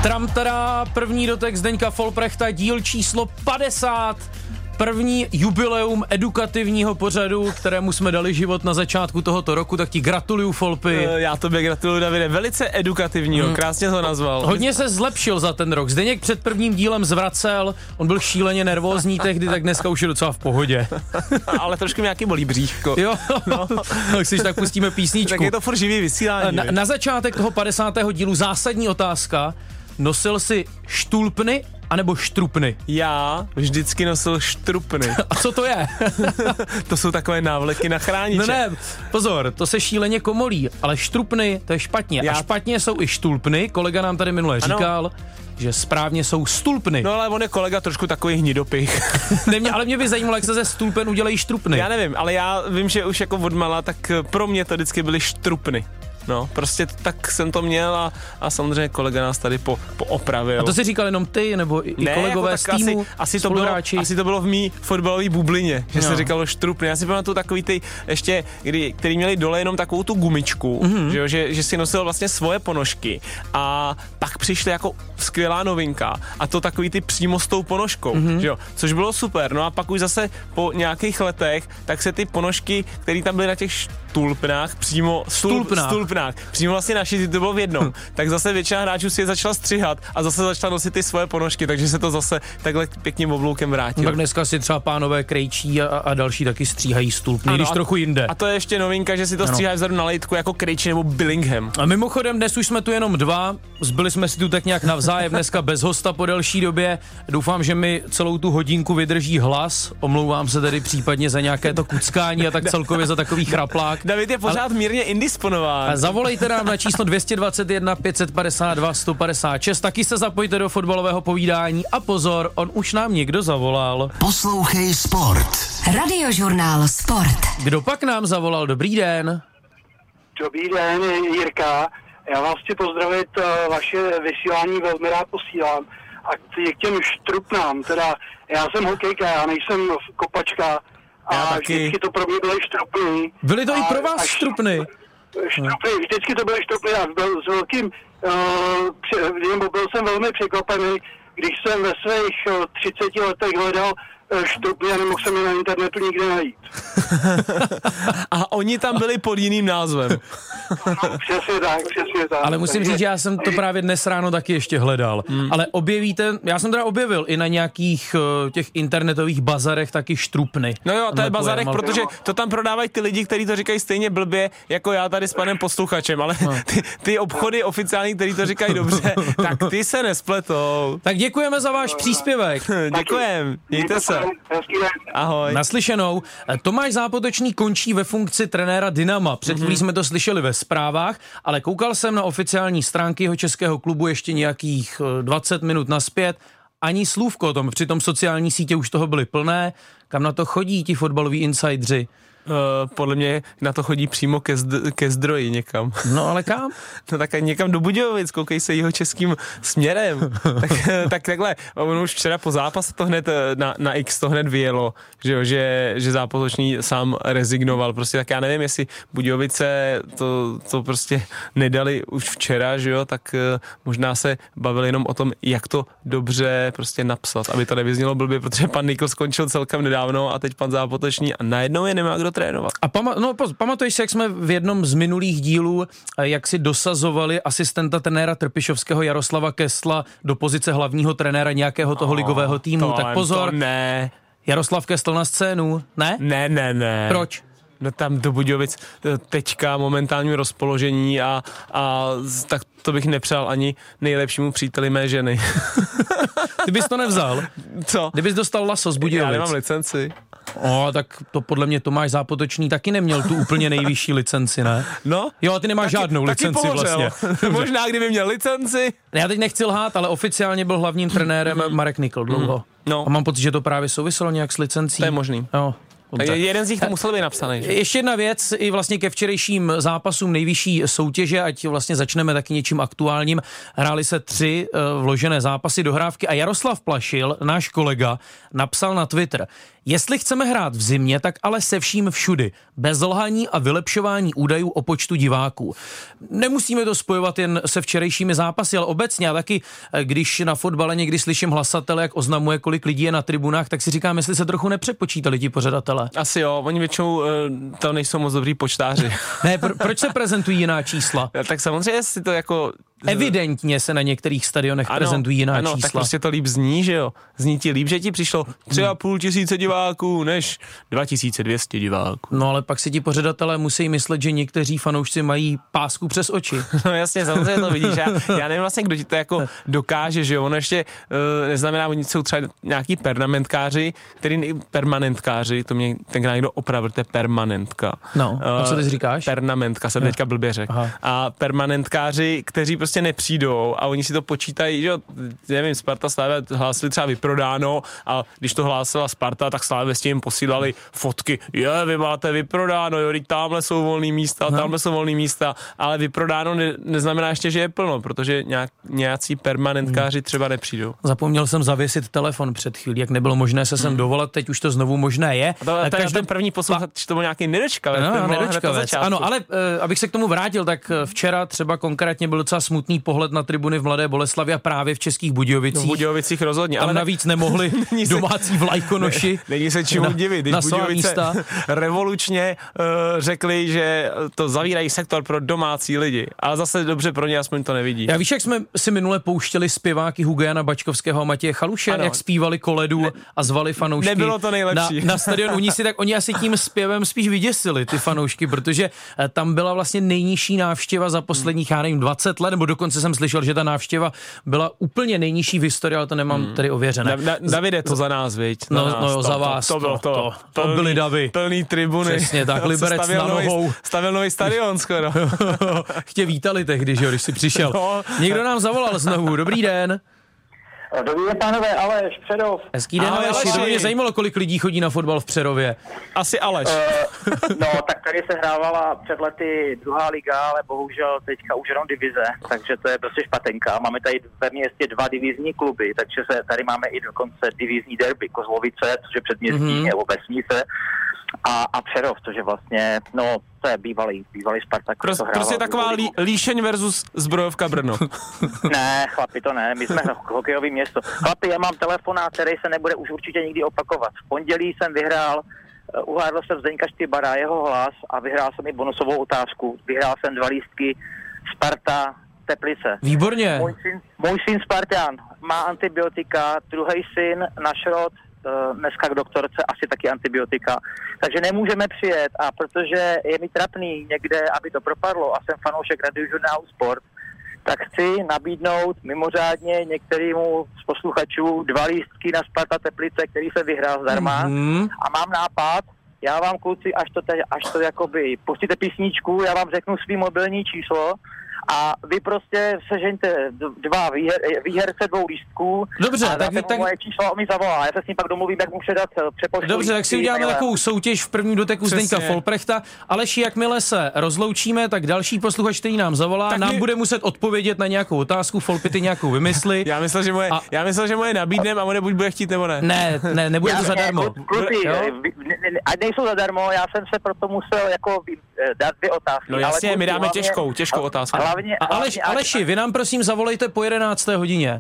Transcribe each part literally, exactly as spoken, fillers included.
Tramtara, první dotek Zdeňka Folprechta, díl číslo padesát. První jubileum edukativního pořadu, kterému jsme dali život na začátku tohoto roku, tak ti gratuluju, Folpy. Já tobě gratuluju, Davide, velice edukativního, hmm. krásně to nazval. Hodně se zlepšil za ten rok. Zdeněk před prvním dílem zvracel, on byl šíleně nervózní tehdy, tak dneska už je docela v pohodě. Ale trošku mi nějaký bolí bříško. Jo, no. Tak si tak pustíme písničku. Tak je to furt živý vysílání. Na, na začátek toho padesátého dílu zásadní otázka. Nosil jsi štulpny anebo štrupny? Já vždycky nosil štrupny. A co to je? To jsou takové návleky na chrániče. No ne, pozor, to se šíleně komolí, ale štrupny, to je špatně. Já... A špatně jsou i štulpny, kolega nám tady minule říkal, ano, že správně jsou stulpny. No ale on je kolega trošku takový hnidopich. Nemě, ale mě by zajímalo, jak se ze stulpen udělají štrupny. Já nevím, ale já vím, že už jako odmala, tak pro mě to vždycky byly štrupny. No, prostě tak jsem to měl a, a samozřejmě kolega nás tady po, poopravil. A to si říkal jenom ty, nebo i ne, kolegové jako z týmu, asi, asi, to bylo, asi to bylo v mý fotbalové bublině, že no. se říkalo štrupny. Já si pamatuju takový ty, ještě, kdy, který měli dole jenom takovou tu gumičku, mm-hmm. že, jo, že, že si nosil vlastně svoje ponožky a pak přišly jako skvělá novinka a to takový ty přímo s tou ponožkou, mm-hmm. že jo, což bylo super. No a pak už zase po nějakých letech, tak se ty ponožky, které tam byly na těch štulpnách, přímo stulpnách. stulpnách, přímo vlastně našitý, to bylo v jednom, tak zase většina hráčů si je začala střihat a zase začala nosit ty svoje ponožky, takže se to zase takhle pěkným obloukem vrátilo. Tak dneska si třeba pánové Krejčí a, a další taky stříhají stulpny, když trochu jinde. A to je ještě novinka, že si to stříhají vzadu na lejtku jako Krejčí nebo Billingham. A mimochodem dnes už jsme tu jenom dva, zbyli jsme si tu tak nějak navzájem, dneska bez hosta po delší době. Doufám, že mi celou tu hodinku vydrží hlas, omlouvám se tedy případně za nějaké to kuckání a tak celkově za takový chraplák. David je pořád ale... mírně indisponován. Zavolejte nám na číslo dvě stě dvacet jedna pět set padesát dva sto padesát šest, taky se zapojte do fotbalového povídání a pozor, on už nám někdo zavolal. Poslouchej Sport. Radiožurnál Sport. Kdo pak nám zavolal? Dobrý den. Dobrý den, Jirka. Já vás chci pozdravit, vaše vysílání velmi rád posílám. A k těm štrupnám, teda já jsem hokejka, já nejsem kopačka a vždycky to pro mě byly štrupny. Byly to a, i pro vás štrupny? Štrupny, vždycky to byly štrupny a byl s velkým, uh, byl jsem velmi překvapený, když jsem ve svých uh, třiceti letech hledal štrupny a nemohl jsem je na internetu nikde najít. A oni tam byli pod jiným názvem. No, přesně tak, přesně tak. Ale musím říct, že já jsem to právě dnes ráno taky ještě hledal. Hmm. Ale objevíte, já jsem teda objevil i na nějakých uh, těch internetových bazarech taky štrupny. No jo, to je bazarek, protože to tam prodávají ty lidi, kteří to říkají stejně blbě, jako já tady s panem posluchačem, ale no. ty, ty obchody oficiální, kteří to říkají dobře, tak ty se nespletou. Tak děkujeme za váš příspěvek. Děkujem, mějte se. Ahoj. Naslyšenou. Tomáš Zápotočný končí ve funkci trenéra Dynama. Před chvílí mm-hmm. jsme to slyšeli ve zprávách, ale koukal jsem na oficiální stránky jeho českého klubu ještě nějakých dvacet minut nazpět. Ani slůvko o tom, přitom sociální sítě už toho byly plné. Kam na to chodí ti fotbaloví insidři? Uh, podle mě na to chodí přímo ke, zd- ke zdroji někam. No ale kam? No tak někam do Budějovic, koukej se jeho českým směrem. tak, tak takhle, on už včera po zápase to hned na, na X to hned vyjelo, že, jo, že, že Zápotočný sám rezignoval. Prostě tak já nevím, jestli Budějovice to, to prostě nedali už včera, že jo, tak uh, možná se bavili jenom o tom, jak to dobře prostě napsat, aby to nevyznělo blbě, protože pan Nikl skončil celkem nedávno a teď pan Zápotočný a najednou je nemá kdo trénovat. A pama- no, pamatuješ si, jak jsme v jednom z minulých dílů, jak si dosazovali asistenta trenéra Trpišovského Jaroslava Kestla do pozice hlavního trenéra nějakého toho no, ligového týmu, to tak pozor. To ne. Jaroslav Kestl na scénu, ne? Ne, ne, ne. Proč? No tam do Budějovic teďka momentálním rozpoložení a, a tak to bych nepřál ani nejlepšímu příteli mé ženy. Ty bys to nevzal? Co? Kdybys dostal laso z Budějovic. Já nemám licenci. O, tak to podle mě Tomáš Zápotočný taky neměl tu úplně nejvyšší licenci, ne? No. Jo, a ty nemáš taky, žádnou taky licenci pohořel. vlastně. Možná, kdyby měl licenci. Já teď nechci lhát, ale oficiálně byl hlavním trenérem Marek Nikl dlouho. No. A mám pocit, že to právě souviselo nějak s licencí. To je možný. Jo. Dobře. Jeden z nich tam musel být napsaný. Že? Ještě jedna věc, i vlastně ke včerejším zápasům nejvyšší soutěže, ať vlastně začneme taky něčím aktuálním. Hrály se tři uh, vložené zápasy, dohrávky a Jaroslav Plašil, náš kolega, napsal na Twitter: Jestli chceme hrát v zimě, tak ale se vším všudy. Bez lhaní a vylepšování údajů o počtu diváků. Nemusíme to spojovat jen se včerejšími zápasy, ale obecně. Já taky, když na fotbale někdy slyším hlasatele, jak oznamuje, kolik lidí je na tribunách, tak si říkám, jestli se trochu nepřepočítali ti pořadatelé. Asi jo, oni většinou uh, to nejsou moc dobrý počtáři. Ne, pro, proč se prezentují jiná čísla? Ja, tak samozřejmě si to jako... Evidentně se na některých stadionech ano, prezentují jiná ano, čísla. Tak prostě to líp zní, že jo? Zní ti líp, že ti přišlo tři a půl tisíce diváků, než dva tisíce dvě stě diváků. No ale pak si ti pořadatelé musí myslet, že někteří fanoušci mají pásku přes oči. No jasně, samozřejmě to vidíš. Já, já nevím vlastně, kdo ti to jako dokáže, že jo? Ono ještě uh, neznamená, oni jsou třeba nějaký permanentkáři, který permanentkáři, to mě tenkrát někdo opravil, to je permanentka. No, a co ty říkáš? Permanentka, jsem teďka blbě řekl. A permanentkáři, kteří prostě nepřijdou a oni si to počítají, že jo, nevím, Sparta Slavia hlásili třeba vyprodáno a když to hlásila Sparta, tak Slavia s tím posílali fotky, je, vy máte vyprodáno, jo, tamhle jsou volný místa, no. tamhle jsou volný místa, ale vyprodáno ne, neznamená ještě, že je plno, protože nějak, nějací permanentkáři hmm. třeba nepřijdou. Zapomněl jsem zavěsit telefon před chvílí, jak nebylo možné se sem hmm. dovolat, teď už to znovu možné je. A to, to každý... ten první posluchač, to byl nějaký nedočkavec. No, nedočkavec. Ano, ale abych se k tomu vrátil, tak včera třeba konkrétně byl docela smutný pohled na tribuny v Mladé Boleslavi a právě v Českých Budějovicích. No, v Budějovicích rozhodně. Tam ale navíc nemohli domácí vlajkonoši. Ne, není se čemu divit, když Budějovice revolučně uh, řekli, že to zavírají sektor pro domácí lidi. Ale zase dobře pro ně, aspoň to nevidí. Já víš, jak jsme si minule pouštěli zpěváky Huga Jana Bačkovského a Matěje Chaluše, ano. jak zpívali Koledu ne, a zvali fanoušky. Nebylo to nejlepší. Na, na stadion Unisy, tak oni asi tím zpěvem spíš vyděsili ty fanoušky, protože tam byla vlastně nejnižší návštěva za posledních, já nevím, dvacet let, nebo dokonce jsem slyšel, že ta návštěva byla úplně nejnižší v historii, ale to nemám hmm. tady ověřené. Da, da, Davide, to za nás, viď? No, nás, no jo, to, za vás. To, to, to, to, to, to, to byly davy. Plný tribuny. Přesně tak, Liberec na nohou. Stavil nový stadion skoro. Tě vítali tehdy, že jo, když jsi přišel. No. Někdo nám zavolal znovu, dobrý den. Dobrý den, pánové, Aleš, Přerov. Hezký den, Aleši. To mě zajímalo, kolik lidí chodí na fotbal v Přerově. Asi Aleš. Uh, no, tak tady se hrávala před lety druhá liga, ale bohužel teďka už jenom divize, takže to je prostě špatenka. Máme tady ve městě dva divizní kluby, takže se tady máme i dokonce divizní derby Kozlovice, což je předměstí mm-hmm. nebo vesnice. A, a Přerov, což je vlastně, no, to je bývalý, bývalý Spartak. Pros, prostě taková lí, Líšeň versus Zbrojovka Brno. Ne, chlapi, to ne, my jsme hokejový město. Chlapi, já mám telefonát, který se nebude už určitě nikdy opakovat. V pondělí jsem vyhrál, uhádl jsem Zdeňka Štybara, jeho hlas a vyhrál jsem i bonusovou otázku. Vyhrál jsem dva lístky Sparta Teplice. Výborně. Můj syn, můj syn Spartan má antibiotika, druhý syn na šrot, dneska k doktorce asi taky antibiotika. Takže nemůžeme přijet a protože je mi trapný někde, aby to propadlo a jsem fanoušek Radiožurnálu Sport, tak chci nabídnout mimořádně některému z posluchačů dva lístky na Sparta Teplice, který se vyhrál zdarma mm-hmm. a mám nápad, já vám kluci, až to, te, až to jakoby pustíte písničku, já vám řeknu svý mobilní číslo a vy prostě sežeňte dva výher, výherce dvou lístků. Dobře, a tak, tak moje číslo on mi zavolá. Já se s ním pak domluvím, jak mu předat přepošlu. Dobře, tak si uděláme takovou soutěž v prvním doteku Zdeňka Folprechta. Aleši, jakmile se rozloučíme, tak další posluchač, který nám zavolá, tak nám mi... bude muset odpovědět na nějakou otázku, Folpity nějakou vymysli. Já myslel, že moje, a... já myslel, že moje nabídneme a on buď bude chtít nebo ne. Ne, ne, nebude já, to zadarmo. Kluci, ať nejsou zadarmo, já jsem se proto musel jako dát dvě otázky. No jasně, ale my dáme hlavně, těžkou, těžkou otázku. Hlavně, a Aleš, Aleši, vy nám prosím zavolejte po jedenácté hodině.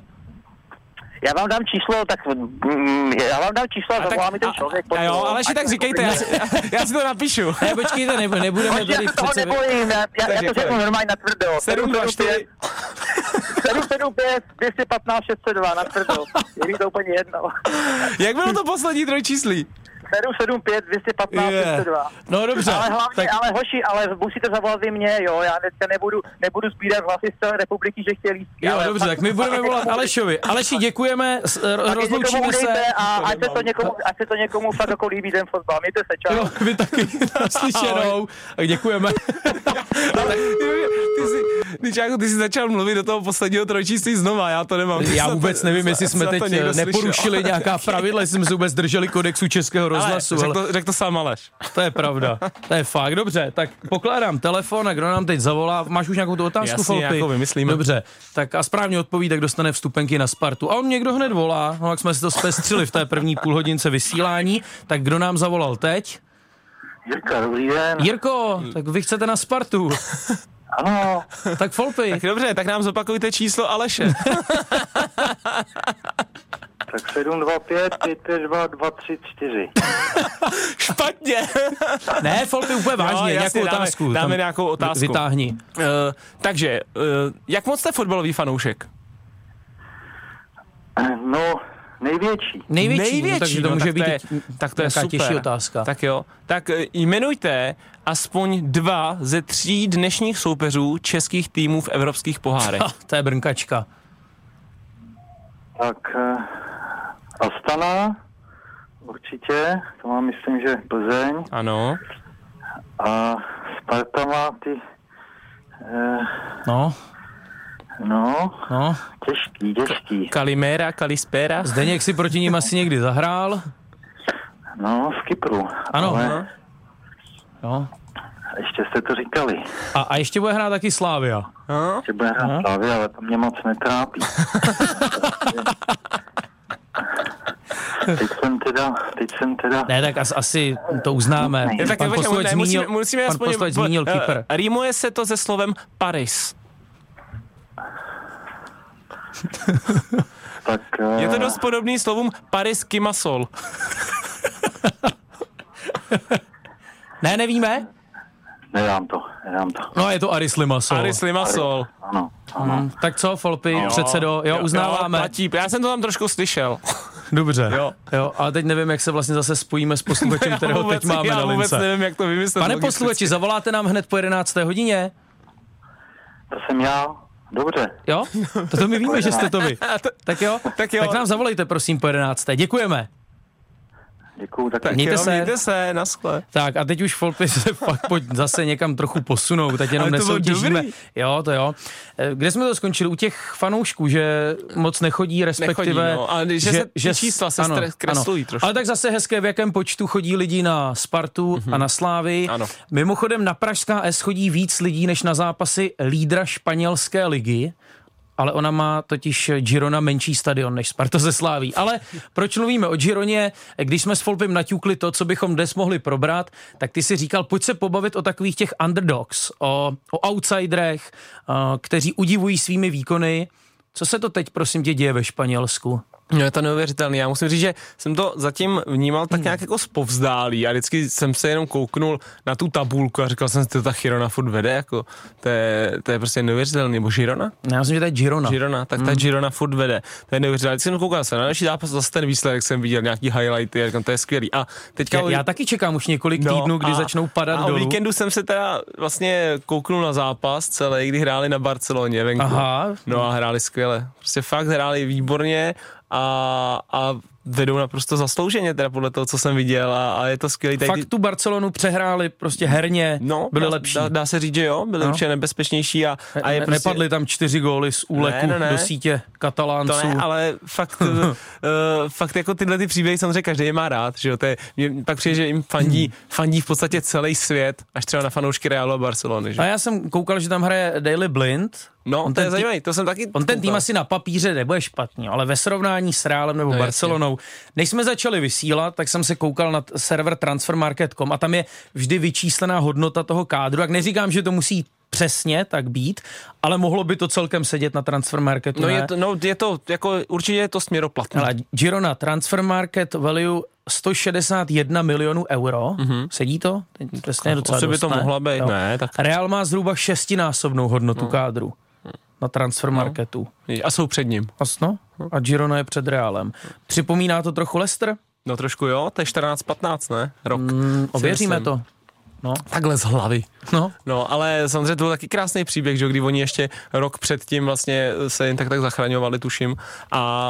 Já vám dám číslo, tak mm, já vám dám číslo a zavolá mi ten člověk. A jo, Aleši, tak říkejte, já si, já, já si to napíšu. Ne, počkejte, ne, nebudeme tady přece... Já se toho nebojím, já, já, já to řeknu normálně na tvrdo. sedm dva čtyři sedm sedm pět dvě stě patnáct šest set dva na tvrdo. Je mi to úplně jedno. Jak bylo to poslední trojčíslí? sedm sedm pět dvě stě patnáct šest set dva. No dobře. Ale hlavně, tak... ale hoši, ale musíte zavolat vy mě, jo, já dneska nebudu, nebudu sbírat hlasy z celé republiky, že chtějí lístky. Jo, dobře, tak my budeme volat Alešovi. Aleši, děkujeme, rozloučíme se. A ať se to někomu, ať se to někomu fakt jako líbí ten fotbal. Mějte se, čau. Jo, vy taky naslyšenou. Děkujeme. Ale ty jsi... když jako ty jsi začal mluvit do toho posledního trojčíství znova, já to nemám. Já vůbec nevím, jestli jsme teď neporušili nějaká pravidla, jestli jsme se vůbec drželi kodexu Českého rozhlasu. Ale, ale... Řekl to sám Aleš. To je pravda, to je fakt, dobře, tak pokládám telefon a kdo nám teď zavolá, máš už nějakou tu otázku, Jasně, Folpy? jako vymyslíme. Dobře, tak a správně odpoví, tak dostane vstupenky na Spartu. A on někdo hned volá, no jak jsme si to zpestřili v té první půlhodince vysílání, tak kdo nám zavolal teď? Jirka, dobrý den. Jirko, tak vy chcete na Spartu. Ano. Tak Folpy. Tak dobře, tak nám zopakujte číslo Aleše. Tak sedm dva pět pět dva dva tři čtyři. Špatně. Ne, Folpy, úplně vážně, no, jasně, nějakou dáme, otázku. Dáme nějakou otázku. Vytáhni. Uh, takže, uh, jak moc jste fotbalový fanoušek? No, největší. Největší, Největší, no, takže to no, může tak být to je, tak to je super. těžší otázka. Tak jo, tak uh, jmenujte aspoň dva ze tří dnešních soupeřů českých týmů v evropských pohárech. Ha, to je brnkačka. Tak uh, Astana, určitě, to mám myslím, že Plzeň. Ano. A Sparta má ty, uh, No, no, no. těžký, těžký. Kalimera, Kalispera. Zdeněk si proti ním asi někdy zahrál. No, z Kypru. Ano. Ale Jo. ještě jste to říkali. A, a ještě bude hrát taky Slavia. No. Že bude hrát Slavia, ale to mě moc netrápí. Teď jsem teda, teď jsem teda... Ne, tak as, asi to uznáme. Ne, Tak Pan počkej, posluchač ne, zmínil, musíme, musíme pan aspoň, posluchač zmínil uh, Kypr. Rýmuje se to se slovem Paris. Tak, uh, Je to dost podobný slovům Paris Kimasol. Ne, nevíme? Nedám to, nedám to. No, je to Aris Limassol. Paris Limassol. Ano, ano. Hmm, tak co, Folpy, předsedo, jo, uznáváme. Jo, platí. Já jsem to tam trošku slyšel. Dobře, Jo. jo, ale teď nevím, jak se vlastně zase spojíme s posluchačem, kterého vůbec, teď máme já na vůbec lince. nevím, jak to vymyslet. Pane logicky. posluchači, zavoláte nám hned po jedenácté hodině? To jsem já. Dobře. Jo? To, to my víme, že jste to vy. Tak jo? Tak jo. Tak nám zavolejte, prosím, po jedenácté. Děkujeme. Děkuju taky. Tak mějte Jo, se. Mějte se, naschle. Tak a teď už Folpy se fakt pojď zase někam trochu posunou, teď jenom Ale to bylo nesoutěžíme. dobrý. Jo, to jo. Kde jsme to skončili? U těch fanoušků, že moc nechodí, respektive... Nechodí, no. Ale že, že se ty čísla se ano, zkreslují ano. trošku. Ale tak zase hezké, v jakém počtu chodí lidi na Spartu mm-hmm. a na Slávii. Ano. Mimochodem na Pražská S chodí víc lidí než na zápasy lídra španělské ligy. Ale ona má totiž Girona menší stadion než Sparta ze Sláví. Ale proč mluvíme o Gironě? Když jsme s Folpym naťukli to, co bychom dnes mohli probrat, tak ty si říkal, pojď se pobavit o takových těch underdogs, o, o outsiderech, kteří udivují svými výkony. Co se to teď, prosím tě, děje ve Španělsku? No, je to neuvěřitelný. Já musím říct, že jsem to zatím vnímal tak nějak jako zpovzdálí a vždycky jsem se jenom kouknul na tu tabulku a říkal jsem si, to ta Girona furt vede, jako to je, to je prostě neuvěřitelný. Nebo Girona? Já myslím, že to je Girona. Girona, tak ta hmm. Girona furt vede. To je neuvěřitelný. Když jsem koukal se na další zápas, zase ten výsledek jsem viděl, nějaký highlighty, a říkám, to je skvělý. A teďka Já, já taky čekám už několik no, týdnů, kdy a, začnou padat a dolů. A o víkendu jsem se teda vlastně kouknul na zápas celý, kdy hráli na Barceloně venku. Aha. No a hráli skvěle. Prostě fakt hráli výborně a, a vedou naprosto zaslouženě, teda podle toho, co jsem viděl a, a je to skvělý. Fakt ty... tu Barcelonu přehráli prostě herně, no, byli dá, lepší. Dá, dá se říct, že jo, byli no. určitě nebezpečnější a, a je ne, prostě... Nepadly tam čtyři góly z úleku ne, ne, ne. do sítě Katalánců. To ne, ale fakt, uh, fakt jako tyhle ty příběhy samozřejmě každý je má rád, že jo, to je, mě pak přijde, že jim fandí, fandí v podstatě celý svět, až třeba na fanoušky Realu a Barcelony, že? A já jsem koukal, že tam hraje Daley Blind. No, on to je tý... zajímavý, to jsem taky On ten koukal. tým asi na papíře nebude špatný, ale ve srovnání s Realem nebo no, Barcelonou. Než jsme začali vysílat, tak jsem se koukal na server transfermarket tečka com a tam je vždy vyčíslená hodnota toho kádru. Tak neříkám, že to musí přesně tak být, ale mohlo by to celkem sedět na Transfermarketu. No ne? je to, no je to, jako určitě je to směroplatné. Ale Girona Transfermarket value sto šedesát jedna milionů euro. Mm-hmm. Sedí to? Přesně je docela Asi by dost, to ne? mohla být, jo. ne? Tak... Real má zhruba šestinásobnou hodnotu no. kádru na Transfermarketu. No. A jsou před ním. Asno? A Girona je před Realem. Připomíná to trochu Leicester? No trošku jo, to je čtrnáct patnáct, ne? Rok. Mm, ověříme to. No. Takhle z hlavy. No. No, ale samozřejmě to byl taky krásný příběh, že kdy oni ještě rok předtím vlastně se jen tak tak zachraňovali, tuším, a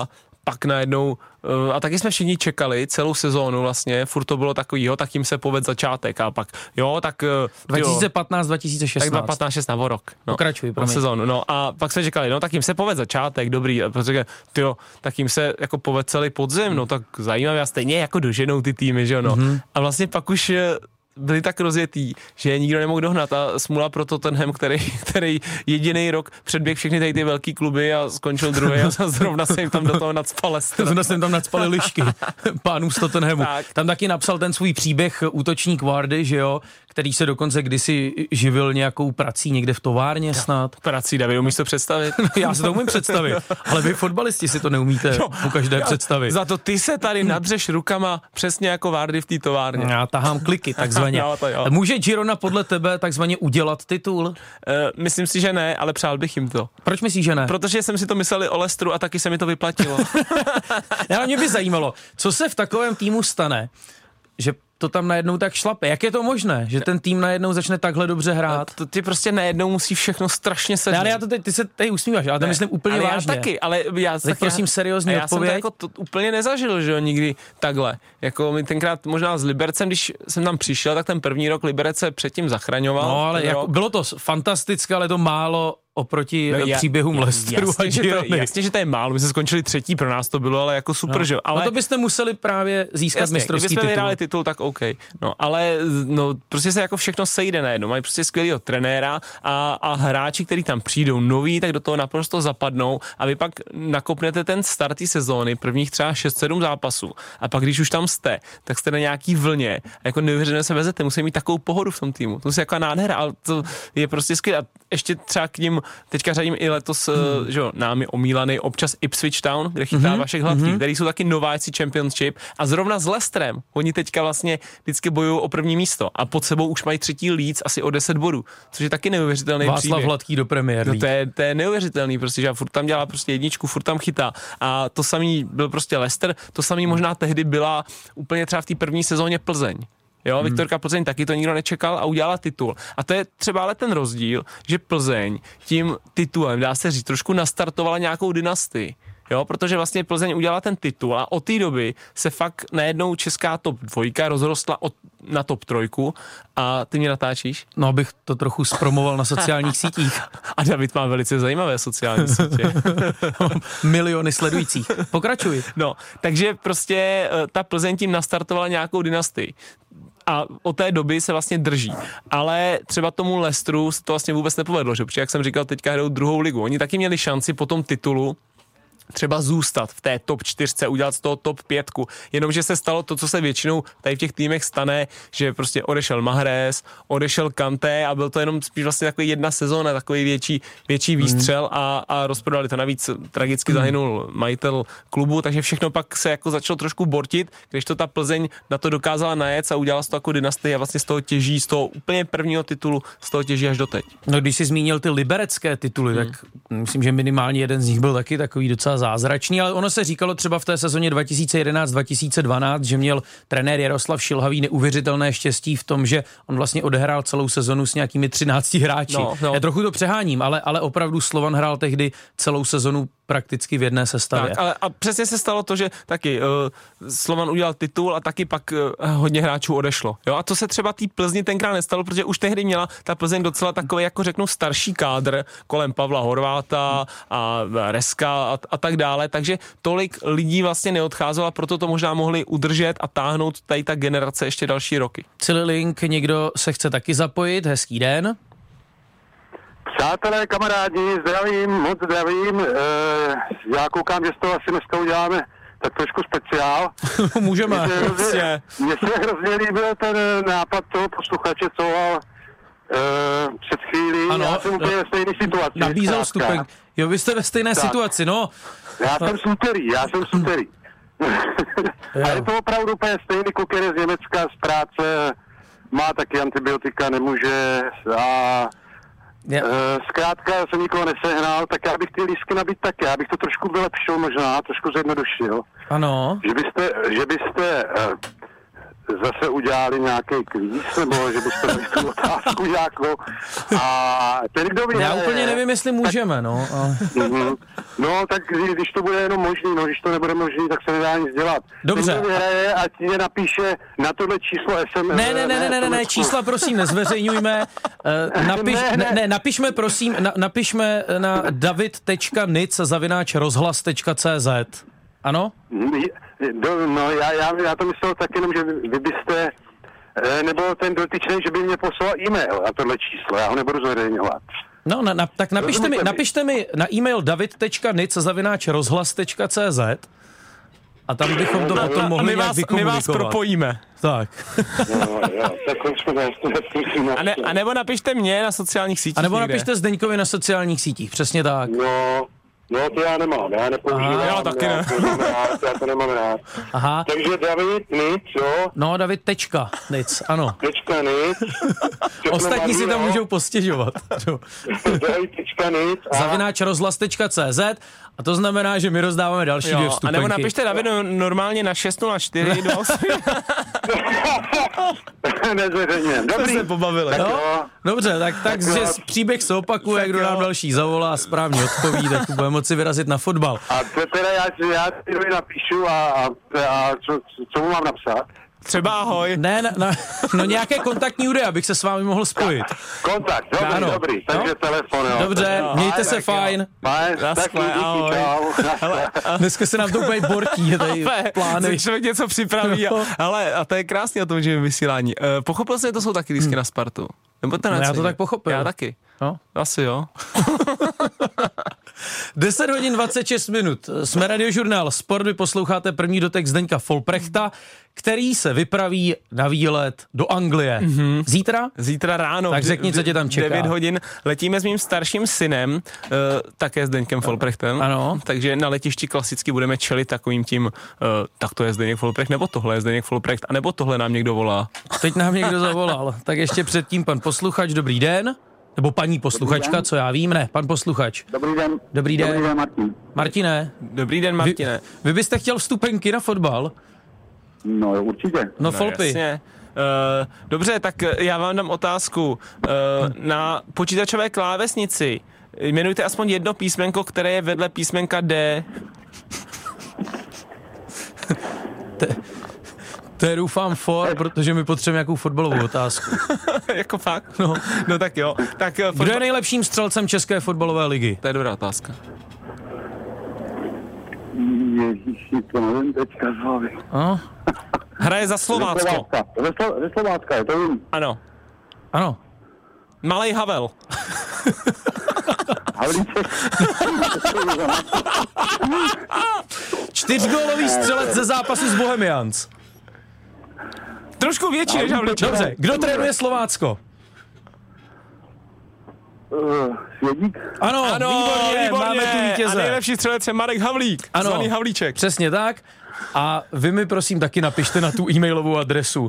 pak najednou, a taky jsme všichni čekali celou sezónu vlastně, furt to bylo takový, jo, tak jim se povedl začátek a pak, jo, tak... dva tisíce patnáct dva tisíce šestnáct. Tak dva tisíce patnáct šestnáct o rok. No, Pokračuj, promiň. Sezónu, no a pak jsme čekali, no tak jim se povedl začátek, dobrý, protože tyjo, tak jim se jako povedl celý podzim, no tak zajímavé a stejně jako doženou ty týmy, že jo, no. Mm-hmm. A vlastně pak už byli tak rozjetý, že je nikdo nemohl dohnat a smula pro Tottenham, který, který jediný rok předběh všechny tady ty velký kluby a skončil druhý a zrovna se jim tam do toho nacpal Leicester. Zrovna se jim tam nacpali lišky pánům z Tottenhamu. Tak. Tam taky napsal ten svůj příběh útočník Vardy, že jo, který se dokonce kdysi živil nějakou prací někde v továrně snad. Prací, David, umíš to představit? Já si to umím představit, ale vy fotbalisti si to neumíte jo, u každé já, představit. Za to ty se tady nadřeš rukama přesně jako Vardy v té továrně. Já tahám kliky, takzvaně. Jo, to jo. Může Girona podle tebe takzvaně udělat titul? Uh, myslím si, že ne, ale přál bych jim to. Proč myslíš, že ne? Protože jsem si to myslel o Leicesteru a taky se mi to vyplatilo. Já, mě by zajímalo, co se v takovém týmu stane, že to tam najednou tak šlape. Jak je to možné, že ten tým najednou začne takhle dobře hrát? To ty prostě najednou musí všechno strašně sednout. Ale já to teď, ty se tady usmíváš, ale to myslím úplně ale vážně. Já taky, ale já tak prosím seriózní já odpověď. Já jsem to jako to úplně nezažil, že jo, nikdy takhle. Jako mi tenkrát možná s Libercem, když jsem tam přišel, tak ten první rok Liberec se předtím zachraňoval. No ale jako, bylo to fantastické, ale to málo oproti no, já, příběhům Leicesteru a Girony. Jasně, že to je málo, my jsme skončili třetí, pro nás to bylo, ale jako super, no. že jo. Ale no to byste museli právě získat jasně, mistrovský titul. Kdybychom vyhráli titul, tak OK. No, ale no, prostě se jako všechno sejde najednou. Mají prostě skvělýho trenéra a, a hráči, kteří tam přijdou noví, tak do toho naprosto zapadnou a vy pak nakopnete ten start té sezóny, prvních třeba šest sedm zápasů a pak když už tam jste, tak jste na nějaký vlně a jako neuvěřeně se vezete, musí mít takovou pohodu v tom týmu. To je jako nádhera, ale to je prostě skvělé. A ještě třeba k ním teďka řadím i letos, hmm. že jo, námi omílaný občas Ipswich Town, kde chytá hmm. Vašek Hladký, hmm. který jsou taky nováci Championship a zrovna s Leicesterem, oni teďka vlastně vždycky bojují o první místo a pod sebou už mají třetí Leeds asi o deset bodů, což je taky neuvěřitelný Václav příběh. Hladký do Premier League. No to, je, to je neuvěřitelný, prostě, že furt tam dělá prostě jedničku, furt tam chytá a to samý byl prostě Leicester, to samý možná tehdy byla úplně třeba v té první sezóně Plzeň. Jo, hmm. Viktorka Plzeň taky to nikdo nečekal a udělala titul. A to je třeba ale ten rozdíl, že Plzeň tím titulem, dá se říct, trošku nastartovala nějakou dynastii. Jo, protože vlastně Plzeň udělala ten titul a od té doby se fakt najednou česká top dvojka rozrostla od, na top trojku a ty mě natáčíš? No, abych to trochu zpromoval na sociálních sítích. A David má velice zajímavé sociální sítě. Miliony sledujících. Pokračuj. No, takže prostě ta Plzeň tím nastartovala nějakou dynastii. A od té doby se vlastně drží. Ale třeba tomu Leicesteru se to vlastně vůbec nepovedlo, že? Protože jak jsem říkal, teďka hrajou druhou ligu. Oni taky měli šanci po tom titulu třeba zůstat v té top čtyřce, udělat z toho top pětku, jenomže se stalo to, co se většinou tady v těch týmech stane, že prostě odešel Mahrez, odešel Kanté a byl to jenom spíš vlastně takový jedna sezóna, takový větší, větší výstřel a, a rozprodali to. Navíc tragicky zahynul majitel klubu, takže všechno pak se jako začalo trošku bortit, když to ta Plzeň na to dokázala najet a udělala z toho jako dynastii a vlastně z toho těží, z toho úplně prvního titulu, z toho těží až doteď. No když jsi zmínil ty liberecké tituly, hmm. tak myslím, že minimálně jeden z nich byl taky takový docela zázračný, ale ono se říkalo třeba v té sezóně dva tisíce jedenáct dva tisíce dvanáct, že měl trenér Jaroslav Šilhavý neuvěřitelné štěstí v tom, že on vlastně odehrál celou sezonu s nějakými třinácti hráči. No, no. Já trochu to přeháním, ale, ale opravdu Slovan hrál tehdy celou sezonu prakticky v jedné sestavě. Tak, ale a přesně se stalo to, že taky uh, Slovan udělal titul a taky pak uh, hodně hráčů odešlo. Jo? A to se třeba tý Plzni tenkrát nestalo, protože už tehdy měla ta Plzeň docela takový, jako řeknu, starší kádr kolem Pavla Horváta a Reska a, a tak dále, takže tolik lidí vlastně neodcházelo a proto to možná mohli udržet a táhnout tady ta generace ještě další roky. Cililink, někdo se chce taky zapojit, hezký den. Přátelé, kamarádi, zdravím, moc zdravím. E, já koukám, že z toho asi dneska uděláme tak trošku speciál. Můžeme. Mně se hrozně líbil ten nápad toho posluchače, co volal e, před chvílí. Ano, já jsem úplně ve stejné situaci. Nabízel vstupenk. Jo, vy jste ve stejné tak. situaci, no. Já jsem z úterý, já jsem z úterý. A je to opravdu úplně stejný, kuker z Německa, z práce, má taky antibiotika, nemůže a Yeah. Zkrátka jsem nikoho nesehnal, tak já bych ty lístky nabít taky, já bych to trošku vylepšil možná, trošku zjednodušil. Ano. Že byste, že byste zase udělali nějaký kvíz, nebo že byste měli tu otázku nějakou. A ten, kdo vyhraje... Já úplně nevím, jestli můžeme, no. A... Mm-hmm. No, tak když to bude jenom možný, no, když to nebude možný, tak se nedá nic dělat. Dobře. Ten, kdo vyhraje, ať mě napíše na tohle číslo es em es. Ne, ne, ne, ne, ne, ne, ne, čísla prosím nezveřejňujme. Uh, napiš, ne, ne. ne, napišme prosím, na, napišme na david tečka nic zavináč rozhlas tečka cé zet. Ano? Do, no, já, já, já to myslel tak jenom, že vy, vy byste, nebo ten dotyčný, že by mě poslal e-mail na tohle číslo, já ho nebudu zveřejňovat. No, na, na, tak napište mi, napište mi na e-mail david tečka nic zavináč rozhlas tečka cé zet a tam bychom to potom mohli my vás, my vás propojíme. Tak. No, jo, tak a, ne, a nebo napište mě na sociálních sítích. A nebo někde. napište Zdeňkovi na sociálních sítích, přesně tak. No, no to já nemám, já nepoužívám. Já taky ne. Já to nemám rád, já to nemám rád. Aha. Takže David nic, jo? No, David tečka nic, ano. Tečka nic. Ostatní si tam můžou postěžovat. David tečka nic. A... zavináč rozhlas tečka cé zet a to znamená, že my rozdáváme další jo, dvě vstupenky. A nebo napište David normálně na šest nula čtyři. Nezveřejněm. Dobrý. Se pobavili. No, dobře, tak, tak že příběh se opakuje, kdo nám další zavolá a správně odpoví, tak bude moci vyrazit na fotbal. A to teda já, já si napíšu a, a, a co, co mu mám napsat? Třeba ahoj. Ne, na, na, no nějaké kontaktní údaje, abych se s vámi mohl spojit. Kontakt, dobrý, ano. dobrý, takže no? Telefon, jo. Dobře, no, mějte aj, se tak fajn. Fajn, taky díky, čau. Hele, dneska se nám to úplně bortí, tady plány. Člověk něco připraví, a, ale a to je krásně o tom, že je vysílání. Uh, pochopil jsi, že to jsou taky lístky hmm. na Spartu? Nebo to no, já to tak pochopil. Já taky. No? Asi jo. deset hodin dvacet šest minut. Jsme Radiožurnál Sport, vy posloucháte první dotek Zdeňka Folprechta, který se vypraví na výlet do Anglie. Mm-hmm. Zítra? Zítra ráno. Tak řekni, co tě tam čeká. devět hodin. Letíme s mým starším synem, uh, také s Zdeňkem Folprechtem. Ano. Takže na letišti klasicky budeme čelit takovým tím, uh, tak to je Zdeněk Folprecht, nebo tohle je Zdeněk Folprecht, a nebo tohle nám někdo volá. Teď nám někdo zavolal. Tak ještě předtím pan posluchač, dobrý den. Nebo paní posluchačka, co já vím, ne, pan posluchač. Dobrý den. Dobrý den. Dobrý den, Martin. Martine. Dobrý den, Martine. Vy, vy byste chtěl vstupenky na fotbal? No, určitě. No, no Folpy. Jasně. Uh, dobře, tak já vám dám otázku. Uh, na počítačové klávesnici jmenujte aspoň jedno písmenko, které je vedle písmenka D. To je doufám for, protože my potřebujeme nějakou fotbalovou otázku. Jako fakt? No, no tak jo. Tak, uh, fotbal... Kdo je nejlepším střelcem České fotbalové ligy? To je dobrá otázka. Ježíši, to nevím teďka z hlavy. No. Hraje za Slovácko. Ze Slo- ze Slovácka, je to vím. Ano. Ano. Malej Havel. Havlíček. Čtyřgólový střelec ze zápasu s Bohemians. Trošku větší než Havlíček. Dobře, kdo trénuje Slovácko? Uh, Svědík? Ano, ano, výborně, výborně, máme tu vítěze. A nejlepší střelec je Marek Havlík, ano, zvaný Havlíček. Přesně tak. A vy mi prosím taky napište na tu e-mailovou adresu.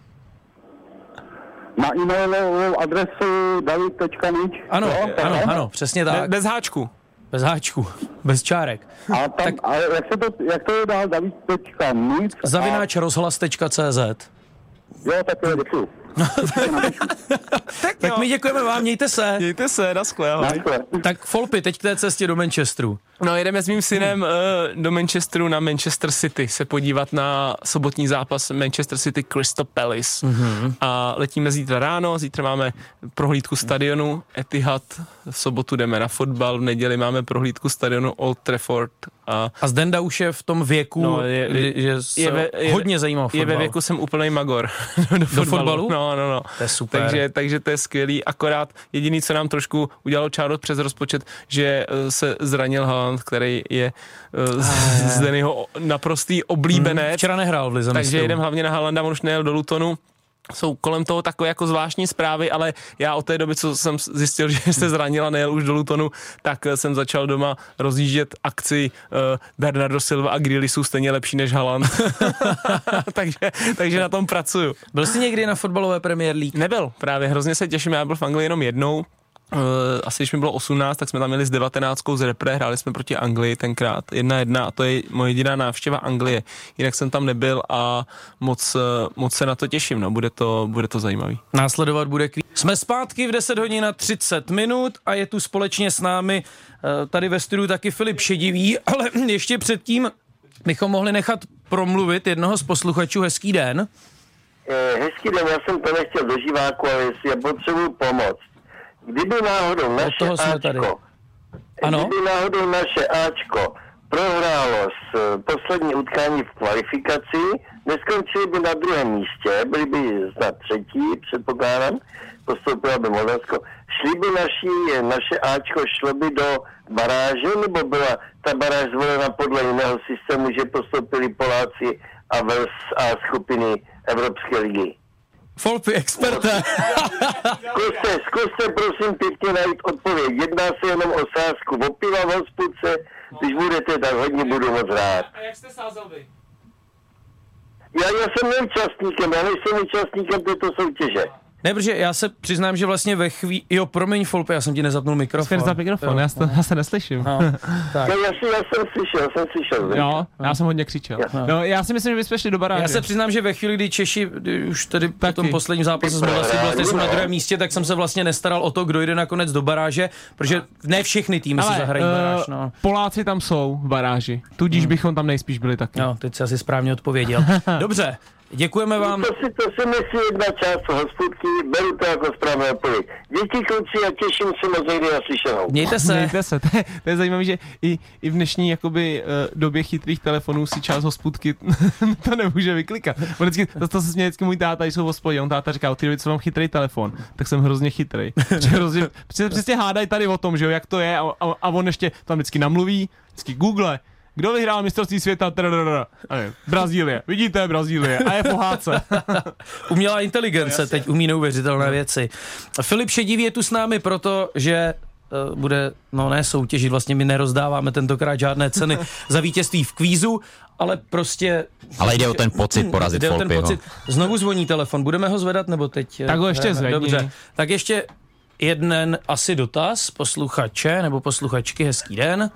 Na e-mailovou adresu david tečka nic. Ano, jo, ano, ano, přesně tak. Be, bez háčku. Bez háčku, bez čárek. A tam, tak, a jak, se to, jak to je dál david tečka nic? Zavináč rozhlas tečka cé zet. Jo, tak jo, děkuju. tak, tak my děkujeme vám, mějte se. Mějte se, naschle, ahoj. Tak Folpy, teď k té cestě do Manchesteru. No, jedeme s mým synem uh, do Manchesteru na Manchester City se podívat na sobotní zápas Manchester City Crystal Palace. Mm-hmm. A letíme zítra ráno, zítra máme prohlídku stadionu Etihad, v sobotu jdeme na fotbal, v neděli máme prohlídku stadionu Old Trafford. A, a Zdenda už je v tom věku, no, je, je, že se je ve, je hodně zajímá fotbal. Je ve věku, jsem úplnej magor. do, do fotbalu? No, no, no. To je super. Takže, takže to je skvělý, akorát jediný, co nám trošku udělalo čáro přes rozpočet, že se zranil Haaland, který je uh, Zdenyho naprostý oblíbenec. Hmm, včera nehrál v lize Takže mistrů. jdem hlavně na Haalanda, on už nejel do Lutonu. Jsou kolem toho takové jako zvláštní zprávy, ale já od té doby, co jsem zjistil, že se zranil a nejel už do Lutonu, tak jsem začal doma rozjíždět akci uh, Bernardo Silva a Grealish jsou stejně lepší než Haaland. takže, takže na tom pracuju. Byl jsi někdy na fotbalové Premier League? Nebyl, právě hrozně se těším, já byl v Anglii jenom jednou. Uh, asi když mi bylo osmnáct, tak jsme tam měli s devatenáctkou z repre, hráli jsme proti Anglii tenkrát, jedna jedna a to je moje jediná návštěva Anglie. Jinak jsem tam nebyl a moc, moc se na to těším, no, bude to, bude to zajímavý. Následovat bude kví... Jsme zpátky v deset hodin a třicet minut a je tu společně s námi uh, tady ve studiu taky Filip Šedivý, ale ještě předtím bychom mohli nechat promluvit jednoho z posluchačů. Hezký den. Eh, hezký den, já jsem to nechtěl do živáku, ale jestli já potřebuji pomoc. Kdyby náhodou naše Ačko, ano? kdyby náhodou naše Ačko prohrálo s poslední utkání v kvalifikaci, neskončili by na druhém místě, byli by snad třetí, předpokládám, postoupila by Moldavsko. Šli by naši, naše Ačko, šlo by do baráže, nebo byla ta baráž zvolena podle jiného systému, že postoupili Poláci a Wales a skupiny Evropské ligy? Folpy, experte. Zkuste, zkuste prosím pěkně najít odpověď. Jedná se jenom o sázku o piva v hospodce. Když budete, tak hodně budu moc rád. A jak jste sázel vy? Já, já jsem neúčastníkem, já nejsem účastníkem této soutěže. Ne, protože já se přiznám, že vlastně ve chvíli... Jo, promiň, Folpy, já jsem ti nezapnul mikrofon. Jsi mikrofon, já, to, já se neslyším. No, tak. Já, já, si, já jsem slyšel, jsem slyšel. Jo, já jsem hodně křičel. No. No, já si myslím, že bychom šli do baráže. Já se přiznám, že ve chvíli, kdy Češi kdy už tady po tom posledním zápase jsme vlastně, vlastně jsme na druhém místě, tak jsem se vlastně nestaral o to, kdo jde nakonec do baráže, protože ne všechny týmy si zahrají uh, baráž. No. Poláci tam jsou v baráži, tudíž hmm. bychom tam nejspíš byli taky. No, teď si asi správně odpověděl. Dobře. Děkujeme vám. To si, to si myslí jedna část hospodky, beru to jako správnou odpověď. Díky kluci a těším se moc někdy na slyšenou. Mějte se. Mějte se, to je, to je zajímavé, že i, i v dnešní jakoby, uh, době chytrých telefonů si část hospodky to nemůže vyklikat. Vždycky, to, to se směje vždycky můj táta, když jsou v hospodě, on táta říká, ty co mám chytrý telefon, tak jsem hrozně chytrý. Hrozně, přesně hádají tady o tom, že jo, jak to je a, a, a on ještě tam vždycky namluví, vždycky Google. Kdo vyhrál mistrovství světa? Brazílie. Vidíte, Brazílie. A je v pohádce. Umělá inteligence teď umí neuvěřitelné věci. Filip Šedivý je tu s námi proto, že uh, bude, no ne soutěžit, vlastně my nerozdáváme tentokrát žádné ceny za vítězství v kvízu, ale prostě... Ale jde o ten pocit porazit jde o ten Folpyho. pocit. Znovu zvoní telefon, budeme ho zvedat, nebo teď? Tak ho ještě zvedni. Dobře, tak ještě jeden asi dotaz posluchače nebo posluchačky, hezký den.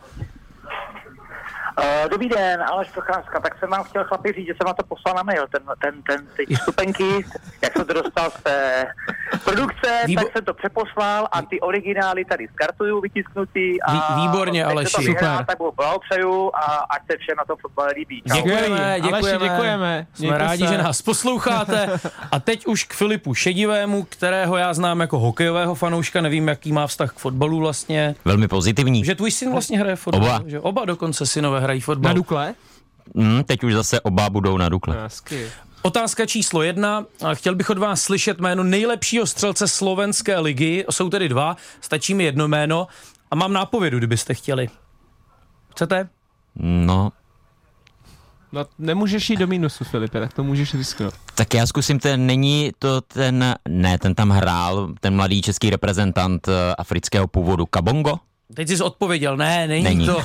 Uh, dobrý den, Aleš Procházka, tak jsem vám chtěl chlapi říct, že jsem na to poslal na mail, ten, ten, ten, ty vstupenky, jak jsem to dostal z té produkce, Výbo- tak jsem to přeposlal a ty originály tady skartuju, vytisknutý a... Vý, výborně, Aleši. To vyhrá, tak budu blahopřeju a ať se všem na tom fotbale líbí. Čau. Děkujeme, děkujeme. Aleši, děkujeme. Jsme Mějte rádi, se. že nás posloucháte. A teď už k Filipu Šedivému, kterého já znám jako hokejového fanouška, nevím, jaký má vztah k fotbalu vlastně. Velmi pozitivní. Že tvůj syn vlastně hraje fotbal. Oba. Že oba dokonce synové hrají fotbal. Na Dukle? Mm, teď už zase oba budou na Dukle. Hezky. Otázka číslo jedna. Chtěl bych od vás slyšet jméno nejlepšího střelce slovenské ligy. Jsou tedy dva, stačí mi jedno jméno. A mám nápovědu, kdybyste chtěli. Chcete? No, No, nemůžeš jít do mínusu, Filipe, tak to můžeš risknout. tak já zkusím, ten není to ten, ne, ten tam hrál, ten mladý český reprezentant uh, afrického původu, Kabongo? Teď jsi odpověděl, ne, není, Není. to.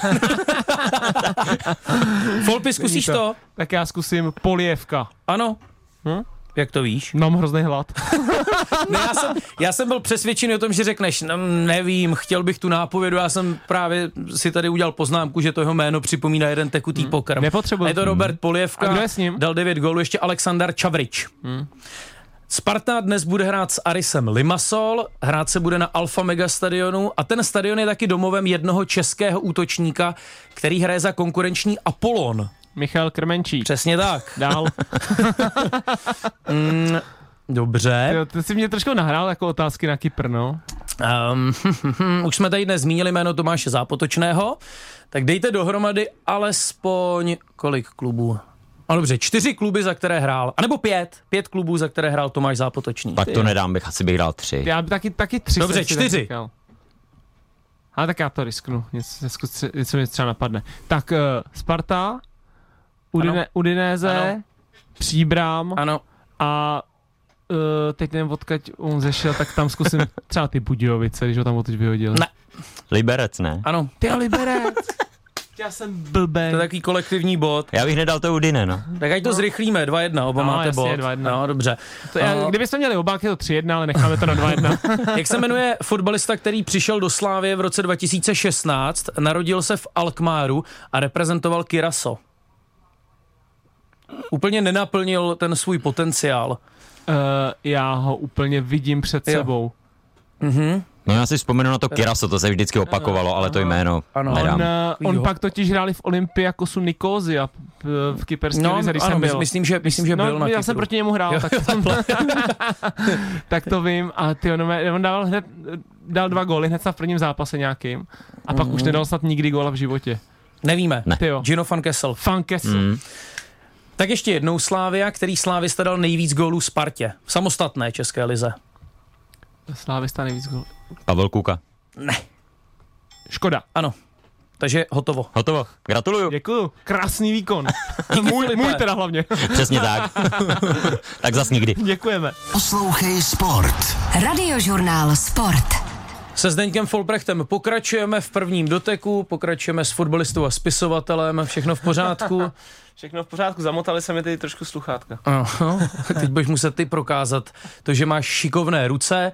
Folpy, zkusíš to. to? Tak já zkusím Polievka. Ano. Hm? Jak to víš? Mám hrozný hlad. Ne, já, jsem, já jsem byl přesvědčený o tom, že řekneš, no, nevím, chtěl bych tu nápovědu, já jsem právě si tady udělal poznámku, že to jeho jméno připomíná jeden tekutý hmm. pokrm. Nepotřebuji. Je to Robert Polievka, A kdo je s ním? Dal devět gólů, ještě Aleksandar Čavrič. Hmm. Sparta dnes bude hrát s Arisem Limassol, hrát se bude na Alfa Mega stadionu a ten stadion je taky domovem jednoho českého útočníka, který hraje za konkurenční Apollon. Michal Krmenčík. Přesně tak. Dál. mm, dobře. Jo, ty jsi mě trošku nahrál jako otázky na Kypr, no. Um, už jsme tady dnes zmínili jméno Tomáše Zápotočného, tak dejte dohromady alespoň kolik klubů? No dobře, čtyři kluby, za které hrál, anebo pět, pět klubů, za které hrál Tomáš Zápotočný. Tak to nedám, bych asi bych dal tři. Já by taky, taky tři. Dobře, čtyři. Ale tak já to risknu, něco, něco mi třeba napadne. Tak uh, Sparta, Udine, Udinéze, ano. Příbram ano. a uh, teď nevím, odkud on zešel, tak tam zkusím třeba ty Budějovice, když ho tam odtud vyhodil. Ne. Liberec, ne? Ano. Ty Liberec. Já jsem blbej. To je takový kolektivní bod. Já bych nedal to Udine, no. Tak ať to no. zrychlíme, dva jedna, oba no, máte jasně, bod. dva jedna. No, dobře. To já, uh, kdybychom měli obák, je to tři jedna, ale necháme to na dva jedna. Jak se jmenuje fotbalista, který přišel do Slávie v roce dva tisíce šestnáct, narodil se v Alkmáru a reprezentoval Curaçao? Úplně nenaplnil ten svůj potenciál. Uh, já ho úplně vidím před jo. sebou. Mhm. No já si vzpomenu na to Curaçao, to se vždycky opakovalo, ale to jméno ano. nedám. On, on pak totiž hráli v Olympiakosu Nikozia v kyperské no, lize, když ano, jsem byl. Myslím, že, myslím, že no, byl na já Kypru. jsem proti němu hrál, jo, tak, tak to vím. A ty, on, on dal, hned, dal dva góly hned v prvním zápase nějakým a pak mm. už nedal snad nikdy góla v životě. Nevíme. Ne. Gino van Kessel. Van Kessel. Mm. Tak ještě jednou Slavia, který Slávista dal nejvíc gólů Spartě. V samostatné české lize. Slávista nejvíc gólů. Pavel Kuka. Ne. Škoda. Ano. Takže hotovo. Hotovo. Gratuluju. Děkuju. Krásný výkon. můj, můj teda hlavně. Přesně tak. Tak zas nikdy. Děkujeme. Poslouchej Sport. Radiožurnál Sport. Se Zdeňkem Folprechtem pokračujeme v prvním doteku, pokračujeme s fotbalistou a spisovatelem, všechno v pořádku. Všechno v pořádku, zamotali se mi tady trošku sluchátka. Aha, teď budeš muset ty prokázat to, že máš šikovné ruce.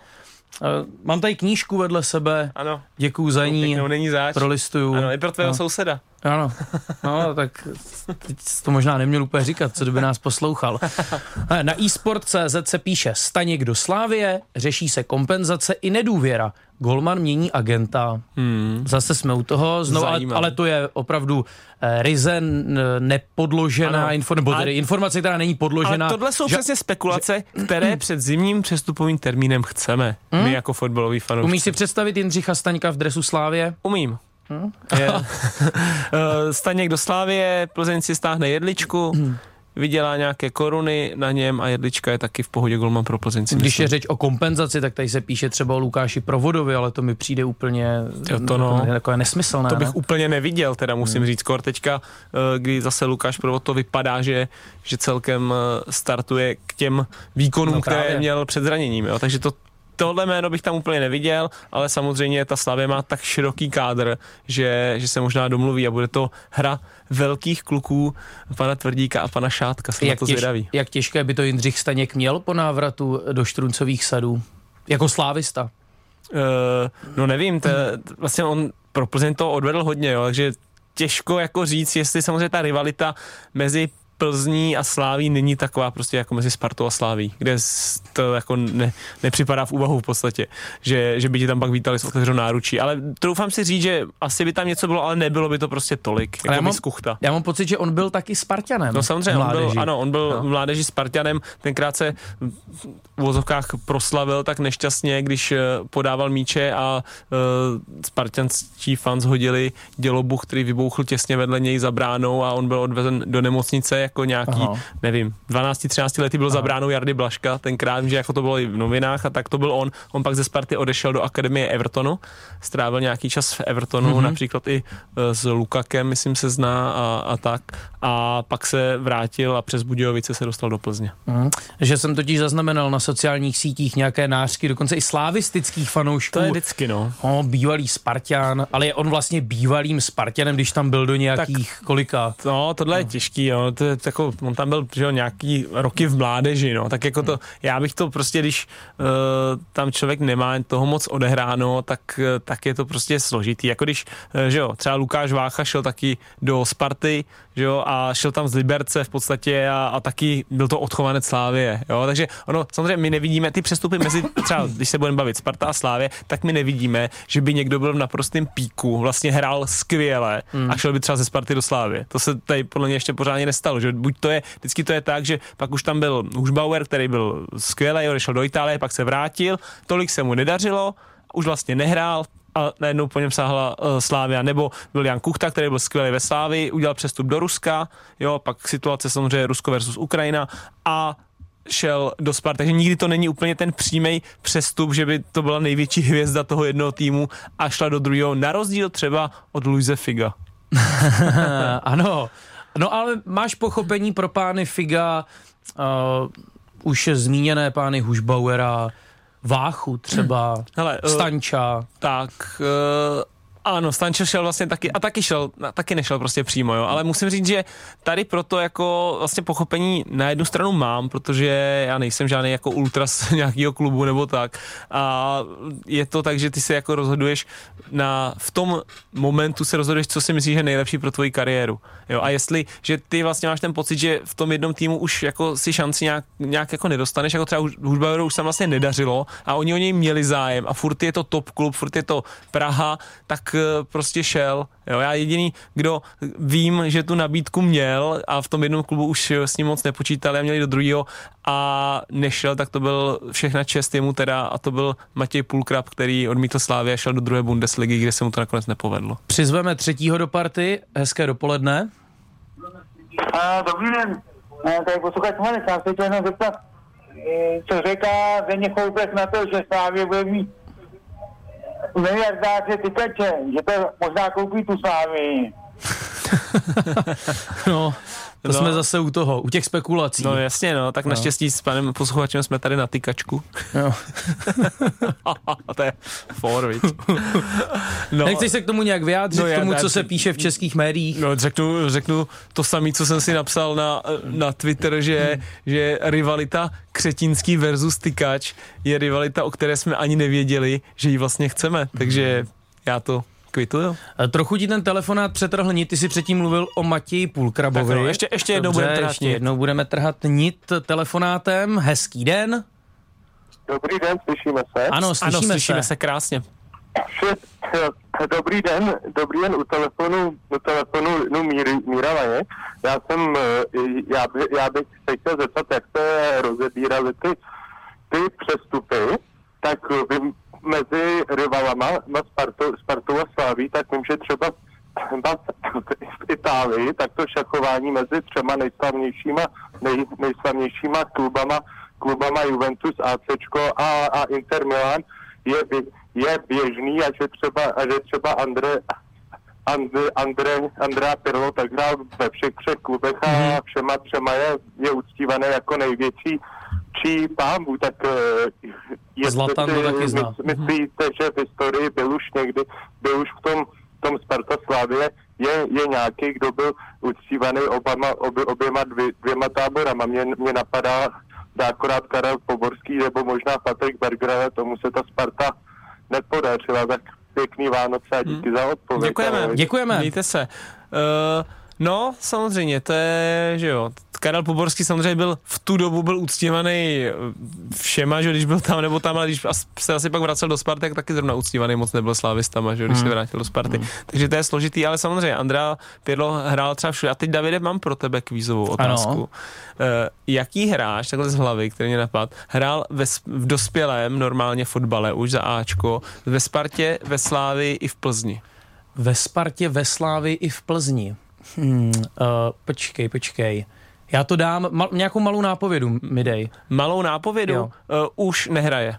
Mám tady knížku vedle sebe, ano. Děkuju za ní, Pěknou, není záč. prolistuju. Ano, i pro tvého no. souseda. Ano, no tak teď to možná neměl úplně říkat, co kdyby nás poslouchal. Na e-sport tečka cé zet se píše Staněk do Slávie, řeší se kompenzace i nedůvěra. Golman mění agenta. Hmm. Zase jsme u toho, znovu, ale, ale to je opravdu eh, ryze nepodložená info, nebo tedy informace, která není podložená. Ale tohle jsou že, přesně spekulace, že, které před zimním přestupovým termínem chceme. Hmm? My jako fotbaloví fanoušci. Umíš si představit Jindřicha Staňka v dresu Slávie? Umím. Hmm? Je, Staněk do Slávie, Plzeň si stáhne jedličku, hmm. vydělá nějaké koruny na něm a jedlička je taky v pohodě golman pro Plzeň. Když je řeč o kompenzaci, tak tady se píše třeba o Lukáši Provodovi, ale to mi přijde úplně jo, to no, jako nesmyslné. To bych ne? úplně neviděl, teda musím hmm. říct. Kor teďka, kdy zase Lukáš Provod to vypadá, že, že celkem startuje k těm výkonům, no, které měl před zraněním. Jo? Takže to tohle jméno bych tam úplně neviděl, ale samozřejmě ta Slavia má tak široký kádr, že, že se možná domluví a bude to hra velkých kluků pana Tvrdíka a pana Šátka. Jsem jak na to těž, zvědavý. Jak těžké by to Jindřich Staněk měl po návratu do Štruncových sadů? Jako slávista? Uh, no nevím, to, vlastně on pro Plzeň to odvedl hodně, jo, takže těžko jako říct, jestli samozřejmě ta rivalita mezi Plzní a Sláví není taková prostě jako mezi Spartou a Sláví, kde to jako ne, nepřipadá v úvahu v podstatě, že, že by ti tam pak vítali s otevřenou náručí, ale troufám si říct, že asi by tam něco bylo, ale nebylo by to prostě tolik, jako já mám, skuchta. Já mám pocit, že on byl taky Spartanem. No samozřejmě, on byl, ano, on byl no. v mládeži Spartanem, tenkrát se v uvozovkách proslavil tak nešťastně, když podával míče a uh, spartanští fans hodili dělobuch, který vybouchl těsně vedle něj za bránou a on byl odvezen do nemocnice jako nějaký, aha. nevím, dvanáct třináct letý byl aha. za bránou Jardy Blaška, tenkrát, že jako to bylo i v novinách a tak to byl on. On pak ze Sparty odešel do akademie Evertonu, strávil nějaký čas v Evertonu, mm-hmm. například i s Lukakem, myslím se zná a, a tak. A pak se vrátil a přes Budějovice se dostal do Plzně. Mm. Že jsem totiž zaznamenal na sociálních sítích nějaké nářky, dokonce i slavistických fanoušků. To je vždycky, no. O, bývalý Spartan, ale je on vlastně bývalým Spartanem, když tam byl do nějakých tak, kolika. No, tohle je těžký, jo. To je jako, on tam byl, že jo, nějaký roky v mládeži, no. Tak jako to, já bych to prostě, když uh, tam člověk nemá toho moc odehráno, tak, uh, tak je to prostě složitý. Jako když, uh, že jo, třeba Lukáš Vácha šel taky do Sparty, že jo, a šel tam z Liberce v podstatě a, a taky byl to odchovanec Slávie, jo, takže ono, samozřejmě my nevidíme ty přestupy mezi, třeba když se budeme bavit Sparta a Slávie, tak my nevidíme, že by někdo byl v naprostém píku, vlastně hrál skvěle hmm. a šel by třeba ze Sparty do Slávie. To se tady podle mě ještě pořádně nestalo, že buď to je, vždycky to je tak, že pak už tam byl Hušbauer, který byl skvělý, odešel do Itálie, pak se vrátil, tolik se mu nedařilo, už vlastně nehrál, a najednou po něm sáhla uh, Slávia, nebo byl Jan Kuchta, který byl skvělý ve Slávii, udělal přestup do Ruska, jo, pak situace samozřejmě Rusko versus Ukrajina a šel do Sparty, takže nikdy to není úplně ten přímý přestup, že by to byla největší hvězda toho jednoho týmu a šla do druhého, na rozdíl třeba od Luise Figa. Ano, no ale máš pochopení pro pány Figa, uh, už zmíněné pány Hušbauera, Váchu třeba, hele, Stanča. Uh, tak, uh, Ano, Stančo šel vlastně taky, a taky šel, taky nešel prostě přímo, jo, ale musím říct, že tady proto jako vlastně pochopení na jednu stranu mám, protože já nejsem žádný jako ultras nějakého klubu nebo tak a je to tak, že ty se jako rozhoduješ na, v tom momentu se rozhoduješ, co si myslíš, že je nejlepší pro tvoji kariéru, jo, a jestli, že ty vlastně máš ten pocit, že v tom jednom týmu už jako si šanci nějak, nějak jako nedostaneš, jako třeba Hudbaueru už se vlastně nedařilo a oni o něj měli zájem a furt je to top klub, furt je to Praha, tak prostě šel. Jo, já jediný, kdo vím, že tu nabídku měl a v tom jednom klubu už s ním moc nepočítali a měli do druhého a nešel, tak to byl všechna čest jemu teda a to byl Matěj Půlkrab, který odmítl Slávy a šel do druhé Bundesligy, kde se mu to nakonec nepovedlo. Přizveme třetího do party. Hezké dopoledne. A, dobrý den. Tady posluchač Marek, já se chtěl jenom zeptat, co říká Zdeněk Choupek na to, že Slávě bude mít miliardáře tykače, že to možná koupí tu Slávy. No, to no. jsme zase u toho, u těch spekulací. No jasně, no, tak no. Naštěstí s panem posluchačem jsme tady na tykačku. Jo. A to je for, viď. No. Nechceš se k tomu nějak vyjádřit, no, k tomu, já, co se píše v českých médiích? No, řeknu, řeknu to samé, co jsem si napsal na, na Twitter, že, hmm. že rivalita Křetínský versus Tykač je rivalita, o které jsme ani nevěděli, že ji vlastně chceme, takže já to kvituju. Trochu ti ten telefonát přetrhl nit, ty si předtím mluvil o Matěji Půlkrabovi. Tak no, ještě, ještě jednou Dobře, budeme trhat ještě nit. jednou budeme trhat nit telefonátem. Hezký den. Dobrý den, slyšíme se? Ano, slyšíme, ano, slyšíme se. se krásně. Dobrý den, dobrý den u telefonu, u telefonu no, Míry, Míra Vaně. Já jsem, já, by, já bych se chtěl zeptat, jak se rozebíraly ty, ty přestupy, tak vy mezi rivalama, Spartou, Spartou a Slaví, tak vím, že třeba v Itálii, tak to šachování mezi třema nejslavnějšíma, nej, nejslavnějšíma klubama, klubama Juventus, ACčko a, a Inter Milan je, je běžný a že třeba, a že třeba Andre, Andre, Andre, Andrea Pirlo tak hrál ve všech třech klubech a všema třema je, je uctívaný jako největší či pámbu, tak je, Zlatan to taky zná. Myslíte, že v historii byl už někdy, byl už v tom, v tom Sparta Slavie, je, je nějaký, kdo byl uctívaný obama, obě, oběma dvě, dvěma táborama. Mě, mě napadá akorát Karel Poborský nebo možná Patrik Berger, ale tomu se ta Sparta nepodařila, tak pěkný Vánoce a díky hmm. za odpověď. Děkujeme, děkujeme. Mějte se. Uh, no, samozřejmě, to je, že jo, Karel Poborský samozřejmě byl v tu dobu byl uctívaný všema, že když byl tam nebo tam, ale když se asi pak vracel do Sparty, tak taky zrovna uctívaný moc nebyl slávistama, že když hmm. se vrátil do Sparty. Hmm. Takže to je složitý, ale samozřejmě Andrea Pirlo hrál třeba všude. A teď, Davide, mám pro tebe kvízovou otázku. Uh, jaký hráč, takhle z hlavy, který mě napadl, hrál ve, v dospělém normálně fotbale, už za Ačko, ve Spartě, ve Slávii i v Plzni? Ve Spartě, ve Slávii i v Plzni. Hmm, uh, počkej, počkej. Já to dám, mal, nějakou malou nápovědu mi dej. Malou nápovědu? Uh, už nehraje.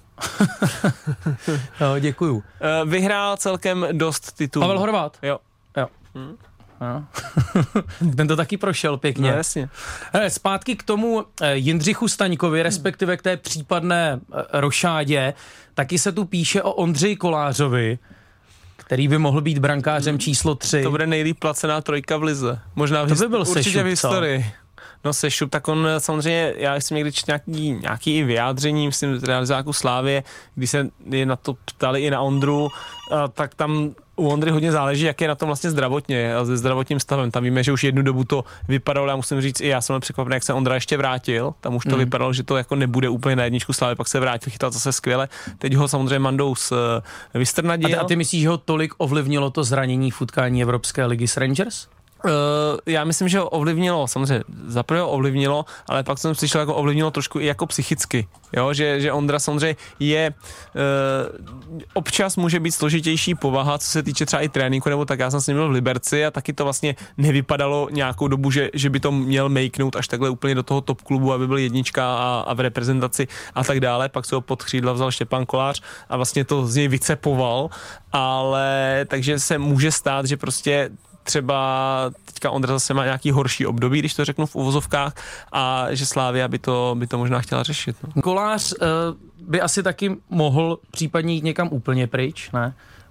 No, děkuju. Uh, vyhrál celkem dost titulů. Pavel Horváth? Jo. Jo. Hmm. No. Ten to taky prošel pěkně. No, jasně. Hele, zpátky k tomu Jindřichu Staňkovi, respektive k té případné rošádě, taky se tu píše o Ondřeji Kolářovi, který by mohl být brankářem číslo tři. To bude nejlíp placená trojka v lize. Možná v to by byl určitě Sešup, v historii. No Sešup, tak on samozřejmě, já jsem někdy četl nějaký, nějaký vyjádření, myslím, realizáku Slávie, když se je na to ptali i na Ondru, a tak tam u Ondry hodně záleží, jak je na tom vlastně zdravotně a se zdravotním stavem. Tam víme, že už jednu dobu to vypadalo, já musím říct, i já jsem překvapený, jak se Ondra ještě vrátil. Tam už to mm. vypadalo, že to jako nebude úplně na jedničku Slávy, pak se vrátil, chytal zase skvěle. Teď ho samozřejmě Mandous vystrnadil. A ty, a ty myslíš, že ho tolik ovlivnilo to zranění v utkání Evropské ligy s Rangers? Uh, já myslím, že ho ovlivnilo, samozřejmě zaprvé ho ovlivnilo, ale pak jsem slyšel, jako ovlivnilo trošku i jako psychicky, jo, že, že Ondra samozřejmě je, uh, občas může být složitější povaha, co se týče třeba i tréninku, nebo tak já jsem s ním byl v Liberci a taky to vlastně nevypadalo nějakou dobu, že, že by to měl makenout až takhle úplně do toho top klubu, aby byl jednička a, a v reprezentaci a tak dále, pak se ho pod křídla vzal Štěpán Kolář a vlastně to z něj vycepoval, ale takže se může stát, že prostě třeba teďka Ondra zase má nějaký horší období, když to řeknu v uvozovkách, a že Slavia by to, by to možná chtěla řešit. No. Kolář uh, by asi taky mohl případně jít někam úplně pryč, ne?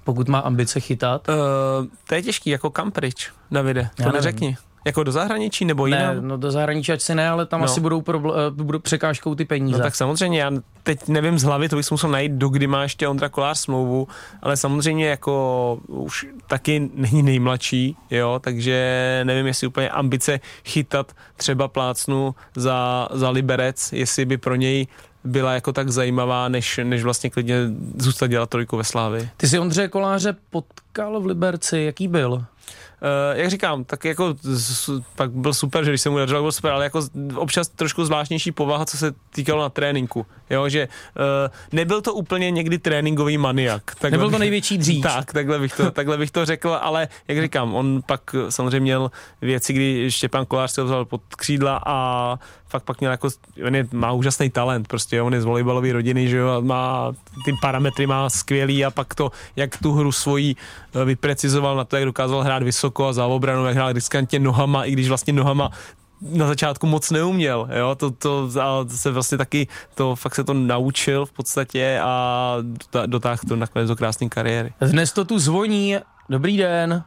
pokud má ambice chytat? Uh, to je těžký, jako kam pryč, Davide, to Já neřekni. Jako do zahraničí nebo jinam? Ne, no do zahraničí asi ne, ale tam no. asi budou, probl- budou překážkou ty peníze. No tak samozřejmě, já teď nevím z hlavy, to bych musel najít, do kdy má ještě Ondra Kolář smlouvu, ale samozřejmě jako už taky není nejmladší, jo, takže nevím, jestli úplně ambice chytat třeba plácnu za, za Liberec, jestli by pro něj byla jako tak zajímavá, než, než vlastně klidně zůstat dělat trojku ve Slávii. Ty jsi Ondřeje Koláře potkal v Liberci, jaký byl? Uh, jak říkám, tak jako z, pak byl super, že když se mu dařilo, byl super, ale jako občas trošku zvláštnější povaha, co se týkalo na tréninku, jo, že uh, nebyl to úplně někdy tréninkový maniak. Nebyl to největší dřív. Tak, takhle bych to, takhle bych to řekl, ale jak říkám, on pak samozřejmě měl věci, kdy Štěpán Kolář se ho vzal pod křídla a fakt pak měl jako, on je, má úžasný talent, prostě, jo, on je z volejbalové rodiny, že jo, má ty parametry má skvělý a pak to, jak tu hru svojí vyprecizoval na to, jak dokázal hrát vysoko a za obranu, jak hrál riskantně nohama, i když vlastně nohama na začátku moc neuměl, jo, to, to, a se vlastně taky, to fakt se to naučil v podstatě a dotáhl to nakonec do krásné kariéry. Dnes to tu zvoní, dobrý den.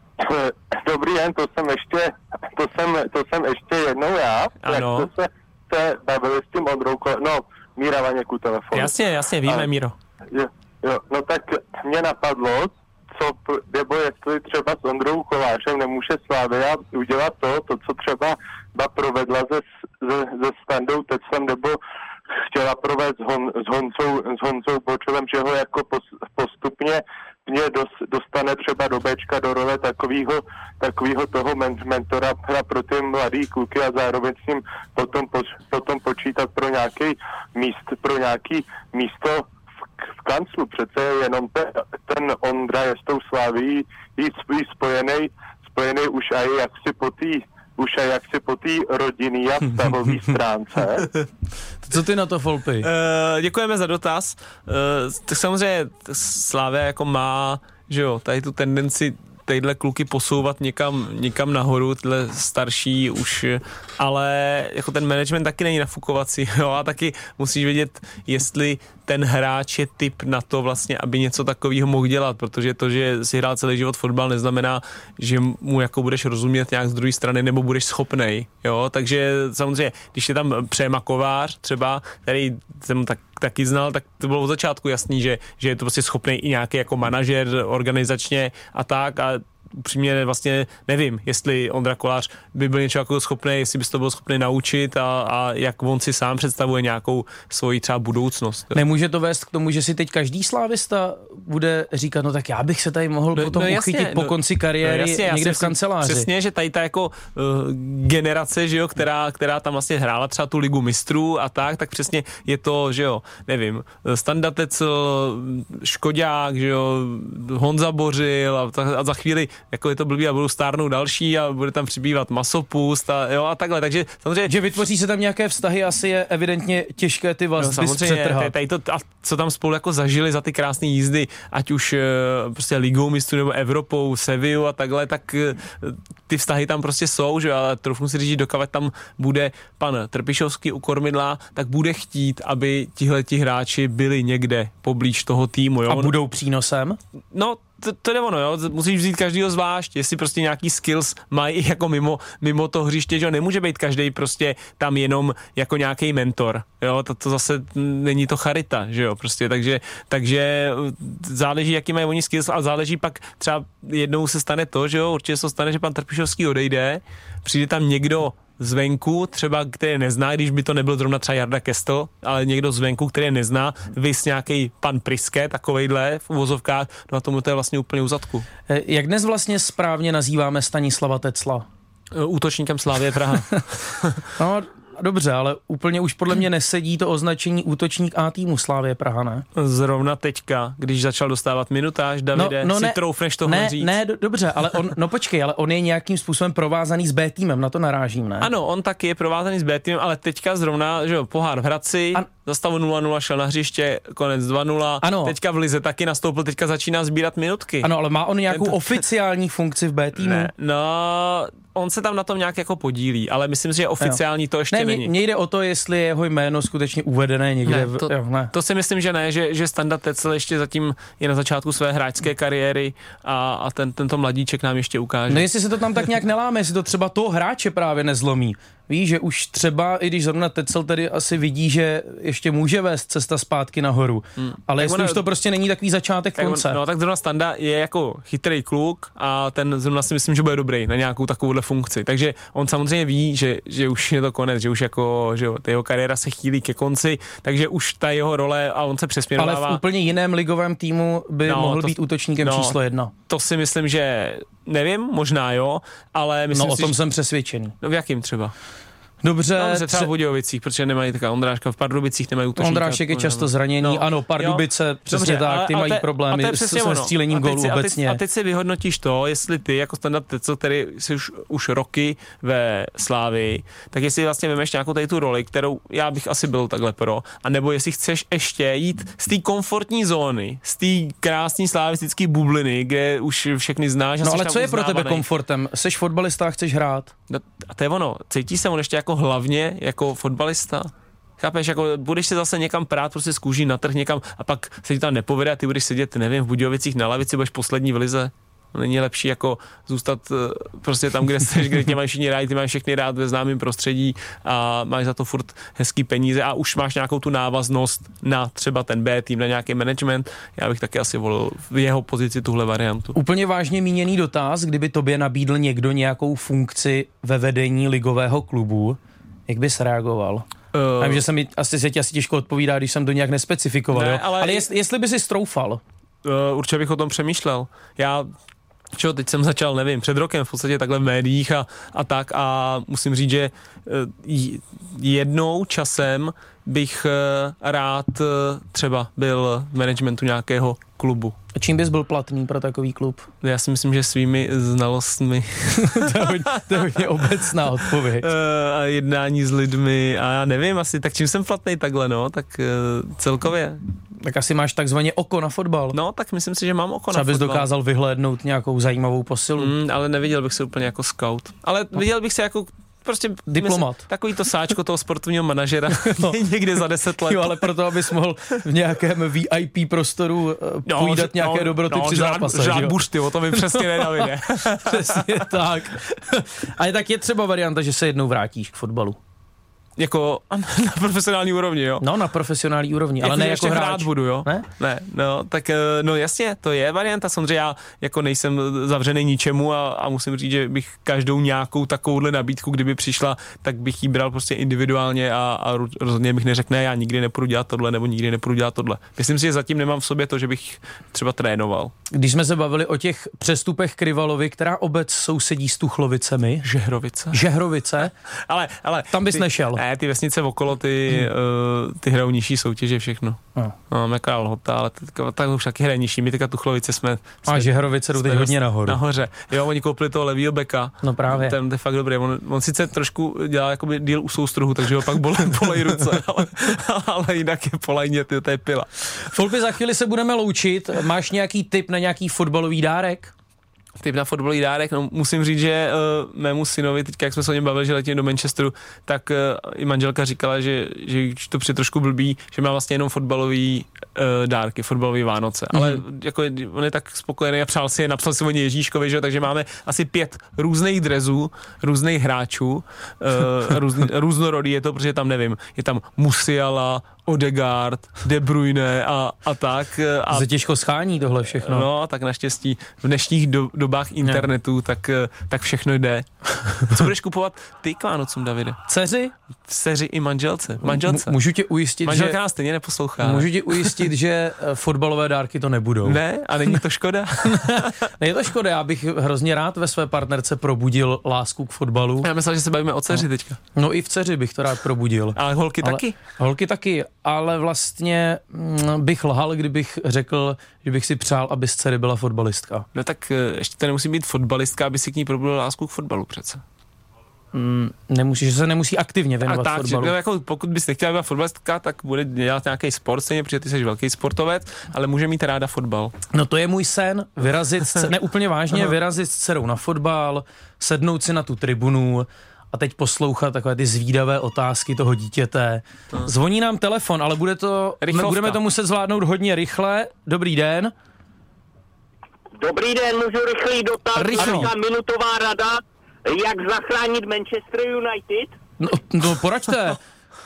Dobrý den, to jsem ještě, to jsem, to jsem ještě jednou já. Ano. Jak se, se bavili s tím Ondrou, no, Míra Vaněku telefonu. Jasně, jasně, víme, a, Míro. Jo, jo, no tak mě napadlo, co, nebo jestli třeba s Ondrou Kolářem nemůže Slavia udělat to, to, co třeba ba provedla se, se, se Standou Teclem, nebo chtěla provést s, Hon, s, Honcou, s Honcou Bočovem, že ho jako pos, postupně mě dostane třeba do Bčka, do role takového takového toho mentora pro ty mladý kluky a zároveň s ním potom, potom počítat pro nějaký míst, pro nějaký místo v kanclu. Přece jenom ten, ten Ondra je s tou Slavií spojený, spojený už aj jak si po té už aj jak si po té rodinný a vztahový stránce. Co ty na to, Folpy? Uh, děkujeme za dotaz. Uh, tak samozřejmě Slavia jako má, že jo, tady tu tendenci tadyhle kluky posouvat někam, někam nahoru, tyhle starší už, ale jako ten management taky není nafukovací, jo, a taky musíš vědět, jestli ten hráč je typ na to vlastně, aby něco takového mohl dělat, protože to, že si hrál celý život fotbal, neznamená, že mu jako budeš rozumět nějak z druhé strany, nebo budeš schopnej, jo, takže samozřejmě, když je tam Přema Kovář třeba, který jsem tak, taky znal, tak to bylo od začátku jasný, že, že je to prostě schopný i nějaký jako manažer organizačně a tak a upřímně vlastně nevím, jestli Ondra Kolář by byl něco jako schopný, jestli bys to byl schopný naučit a, a jak on si sám představuje nějakou svoji třeba budoucnost. Nemůže to vést k tomu, že si teď každý slávista bude říkat, no tak já bych se tady mohl no, potom no, jasně, uchytit po no, konci kariéry no, jasně, někde v kanceláři. Přesně, že tady ta jako uh, generace, že jo, která, která tam vlastně hrála třeba tu ligu mistrů a tak, tak přesně je to, že jo, nevím, Standa Tecl, Škoďák, že jo, Honza Bořil a, a za chvíli jako je to blbý a budou stárnout další a bude tam přibývat masopust a jo a takhle, takže samozřejmě... Že vytvoří se tam nějaké vztahy, asi je evidentně těžké ty vazby no, přetrhat. Tady to, a co tam spolu jako zažili za ty krásné jízdy, ať už prostě ligou mistrů nebo Evropou, Sevillu a takhle, tak ty vztahy tam prostě jsou, že ale trochu si říct, dokavať tam bude pan Trpišovský u kormidla, tak bude chtít, aby tihleti hráči byli někde poblíž toho týmu, jo. A budou přínosem? No, to, to je ono, jo, musíš vzít každýho zvlášť, jestli prostě nějaký skills mají jako mimo, mimo to hřiště, že nemůže být každý prostě tam jenom jako nějaký mentor, jo, to, to zase není to charita, že jo, prostě, takže, takže záleží, jaký mají oni skills a záleží pak třeba jednou se stane to, že jo, určitě se stane, že pan Trpišovský odejde, přijde tam někdo zvenku, třeba který nezná, když by to nebyl zrovna třeba Jarda Kestl, ale někdo zvenku, který nezná, vys nějaký pan Priske, takovejhle v uvozovkách, no a tomu to je vlastně úplně u zadku. Jak dnes vlastně správně nazýváme Stanislava Tecla? Útočníkem Slavie Praha. No, dobře, ale úplně už podle mě nesedí to označení útočník A týmu Slavie Praha, ne? Zrovna teďka, když začal dostávat minutáž, Davide, no, no si ne, troufneš tohle ne, říct? Ne, do, dobře, ale on, no počkej, ale on je nějakým způsobem provázaný s B týmem, na to narážím, ne? Ano, on taky je provázaný s B týmem, ale teďka zrovna, že jo, pohár v Hradci, A, za stavu nula nula šel na hřiště, konec dva nula, ano. Teďka v lize taky nastoupil, teďka začíná sbírat minutky. Ano, ale má on nějakou Tento... oficiální funkci v B týmu? Ne, no, on se tam na tom nějak jako podílí, ale myslím si, že oficiální jo. to ještě ne, není. Mně jde o to, jestli je jeho jméno skutečně uvedené někde. Ne, v... to, jo, ne. to si myslím, že ne, že, že Standa Tecel ještě zatím je na začátku své hráčské kariéry a, a ten, tento mladíček nám ještě ukáže. No jestli se to tam tak nějak neláme, jestli to třeba toho hráče právě nezlomí. Víš, že už třeba, i když zrovna Tecel tedy asi vidí, že ještě může vést cesta zpátky nahoru, hmm. ale tak jestli ona, už to prostě není takový začátek tak konce. On, no tak zrovna Standa je jako chytrý kluk a ten zrovna si myslím, že bude dobrý na nějakou takovouhle funkci. Takže on samozřejmě ví, že, že už je to konec, že už jako, že jo, ta jeho kariéra se chýlí ke konci, takže už ta jeho role a on se přesměrovává. Ale v úplně jiném ligovém týmu by no, mohl to, být útočníkem no, číslo jedna. To si myslím, že nevím, možná jo, ale myslím no, si, o tom že... jsem přesvědčený. No v jakým třeba? Dobře. No, třeba v Budějovicích, protože nemají taková Ondráška, v Pardubicích nemají útočníka. Ondrášek je často zraněný, no, ano, Pardubice, jo, přesně dobře, tak, ty mají te, problémy se střílením gólů obecně. A teď si vyhodnotíš to, jestli ty jako Standa Tecel, který jsi už, už roky ve Slávii, tak jestli vlastně vemeš nějakou tady tu roli, kterou já bych asi byl takhle pro, anebo jestli chceš ještě jít z té komfortní zóny, z té krásné slavistické bubliny, kde už všechny znáš. No ale co je pro tebe komfortem? Seš fotbalista a chceš hrát? No, a to je ono, cítí se on ještě jako hlavně jako fotbalista? Chápeš, jako budeš se zase někam prát, prostě z kůží na trh někam a pak se ti tam nepovede a ty budeš sedět, nevím, v Budějovicích na lavici, budeš poslední v lize. Není lepší jako zůstat prostě tam, kde jsi, kde tě mají všichni rádi, ty máš všechny rád ve známém prostředí a máš za to furt hezký peníze a už máš nějakou tu návaznost na třeba ten B tým, na nějaký management. Já bych taky asi volil v jeho pozici tuhle variantu. Úplně vážně míněný dotaz, kdyby tobě nabídl někdo nějakou funkci ve vedení ligového klubu, jak bys reagoval? Uh, Vím, že se mi asi, se ti asi těžko odpovídá, když jsem to nějak nespecifikoval, ne, ale, ale jest, jestli by si stroufal? Uh, určitě bych o tom přemýšlel. Já Čo, teď jsem začal, nevím, před rokem v podstatě takhle v médiích a, a tak a musím říct, že jednou časem bych rád třeba byl v managementu nějakého klubu. A čím bys byl platný pro takový klub? Já si myslím, že svými znalostmi. To je hodně obecná odpověď. A jednání s lidmi a já nevím asi, tak čím jsem platný takhle, no, tak celkově. Tak asi máš takzvaně oko na fotbal. No, tak myslím si, že mám oko Třeba na fotbal. Třeba bys dokázal vyhlédnout nějakou zajímavou posilu. Mm, ale neviděl bych se úplně jako scout. Ale no. viděl bych se jako prostě diplomat. Myslím, takový to sáčko toho sportovního manažera no. někde za deset let. Jo, ale proto, abys mohl v nějakém V I P prostoru no, povídat nějaké no, dobroty no, při zápase. Žád bušty, o to mi přesně nedavide. Přesně tak. Ale tak je třeba varianta, že se jednou vrátíš k fotbalu. Jako na profesionální úrovni, jo? No, na profesionální úrovni, ale jako, ne jako hráč. Hrát budu, jo? Ne? Ne, no, tak no jasně, to je varianta, samozřejmě já jako nejsem zavřený ničemu a, a musím říct, že bych každou nějakou takovouhle nabídku, kdyby přišla, tak bych ji bral prostě individuálně a, a rozhodně bych neřekl, ne, já nikdy nepůjdu dělat tohle, nebo nikdy nepůjdu dělat tohle. Myslím si, že zatím nemám v sobě to, že bych třeba trénoval. Když jsme se bavili o těch přestupech k rivalovi, která obec sousedí s Tuchlovicemi? Žehrovice. Žehrovice? ale, ale tam bys ty, nešel. Ne, ty vesnice okolo, ty, hmm. uh, ty hrajou nižší soutěže, všechno. No. Máme no, Král Hota, ale tak už taky hrají nižší. My teďka Tuchlovice jsme... jsme a Žehrovice jdou teď hodně nahoru. Nahoře. Jo, oni koupili toho levýho beka. No právě. Ten je fakt dobrý. On, on sice trošku dělá jakoby díl u soustruhu, takže ho pak bolej, bolej ruce, ale, ale jinak je polajně, ty, to je pila. Folpy, za chvíli se budeme loučit. Máš nějaký tip na nějaký fotbalový dárek? Typ na fotbalový dárek, no musím říct, že uh, mému synovi, teď jak jsme se o něm bavili, že letím do Manchesteru, tak uh, i manželka říkala, že, že to přijde trošku blbý, že má vlastně jenom fotbalový uh, dárky, fotbalový Vánoce, mm-hmm. ale jako on je tak spokojený a přál si je, napsal si o ně Ježíškovi, že? Takže máme asi pět různých drezů, různých hráčů, uh, různ, různorodý je to, protože tam nevím, je tam Musiala, Odegaard, De Bruyne a, a tak. A se těžko schání tohle všechno. No, tak naštěstí v dnešních do, dobách internetu, tak, tak všechno jde. Co budeš kupovat ty k Vánocům, Davide? Dceři? Dceři i manželce. Manželce. M- můžu tě ujistit, Manželka že... nás stejně neposlouchá. Můžu tě ujistit, že fotbalové dárky to nebudou. Ne? A není to škoda? Ne, je to škoda, já bych hrozně rád ve své partnerce probudil lásku k fotbalu. Já myslel, že se bavíme o dceři no. teďka. No i v dceři bych to rád probudil. A holky ale, taky? Holky taky, ale vlastně bych lhal, kdybych řekl, že bych si přál, aby z dcery byla fotbalistka. No tak ještě to nemusí být fotbalistka, aby si k ní probudil lásku k fotbalu přece. mm, nemusí, že se nemusí aktivně věnovat tak, fotbalu. No, jako pokud bys nechtěla být fotbalistka, tak bude dělat nějaký sport stejně, protože ty jsi velký sportovec, ale může mít ráda fotbal. No to je můj sen, vyrazit, s, ne úplně vážně, vyrazit s dcerou na fotbal, sednout si na tu tribunu a teď poslouchat takové ty zvídavé otázky toho dítěte. Zvoní nám telefon, ale bude to, Rychlovka. budeme to muset zvládnout hodně rychle. Dobrý den. Dobrý den, můžu rychlý dotaz, Rychlý. nějaká minutová rada, jak zachránit Manchester United? No, no poraďte.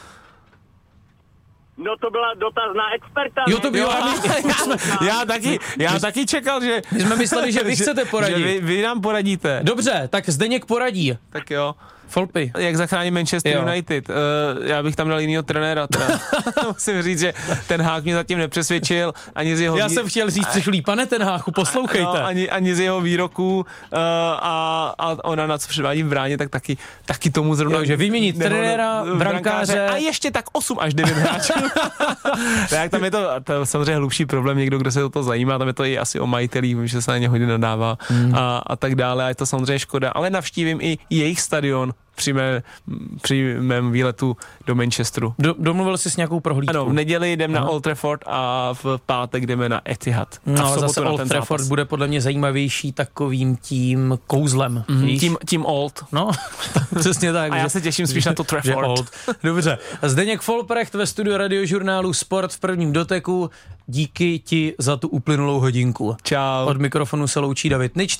No to byla dotaz na experta. Jo, ne? to bylo, já, já, taky, já taky čekal, že... My jsme mysleli, že vy chcete poradit. Že vy, vy nám poradíte. Dobře, tak Zdeněk poradí. Tak jo. Folpy. Jak zachránit Manchester Jo. United? Uh, já bych tam dal jinýho trenéra. Teda. Musím říct, že ten Hák mě zatím nepřesvědčil. Ani z jeho Já vý... jsem chtěl říct přešlý, pane Ten Háchu, poslouchejte. No, ani, ani z jeho výroků uh, a, a ona na co předvádí v bráně, tak taky, taky tomu zrovna... Jo, že vyměnit nebo- trenéra, brankáře. A ještě tak osm až devět hráčů. Tak tam je to, to je samozřejmě hlubší problém, někdo, kdo se o to zajímá, tam je to i asi o majitelích, vím, že se na ně hodně nadává mm. a, a tak dále, a je to samozřejmě škoda, ale navštívím i jejich stadion při, mé, při mém výletu do Manchesteru. Do, domluvil jsi s nějakou prohlídkou? Ano, v neděli jdem Aha. na Old Trafford a v pátek jdeme na Etihad. A No, v sobotu zase na Old ten Trafford zápas. bude podle mě zajímavější takovým tím kouzlem. Mm, tím, tím Old. No, přesně tak. A já se těším spíš na to Trafford. Old. Dobře. Zdeněk Folprecht ve studiu Radiožurnálu Sport v prvním doteku. Díky ti za tu uplynulou hodinku. Čau. Od mikrofonu se loučí David Ničte.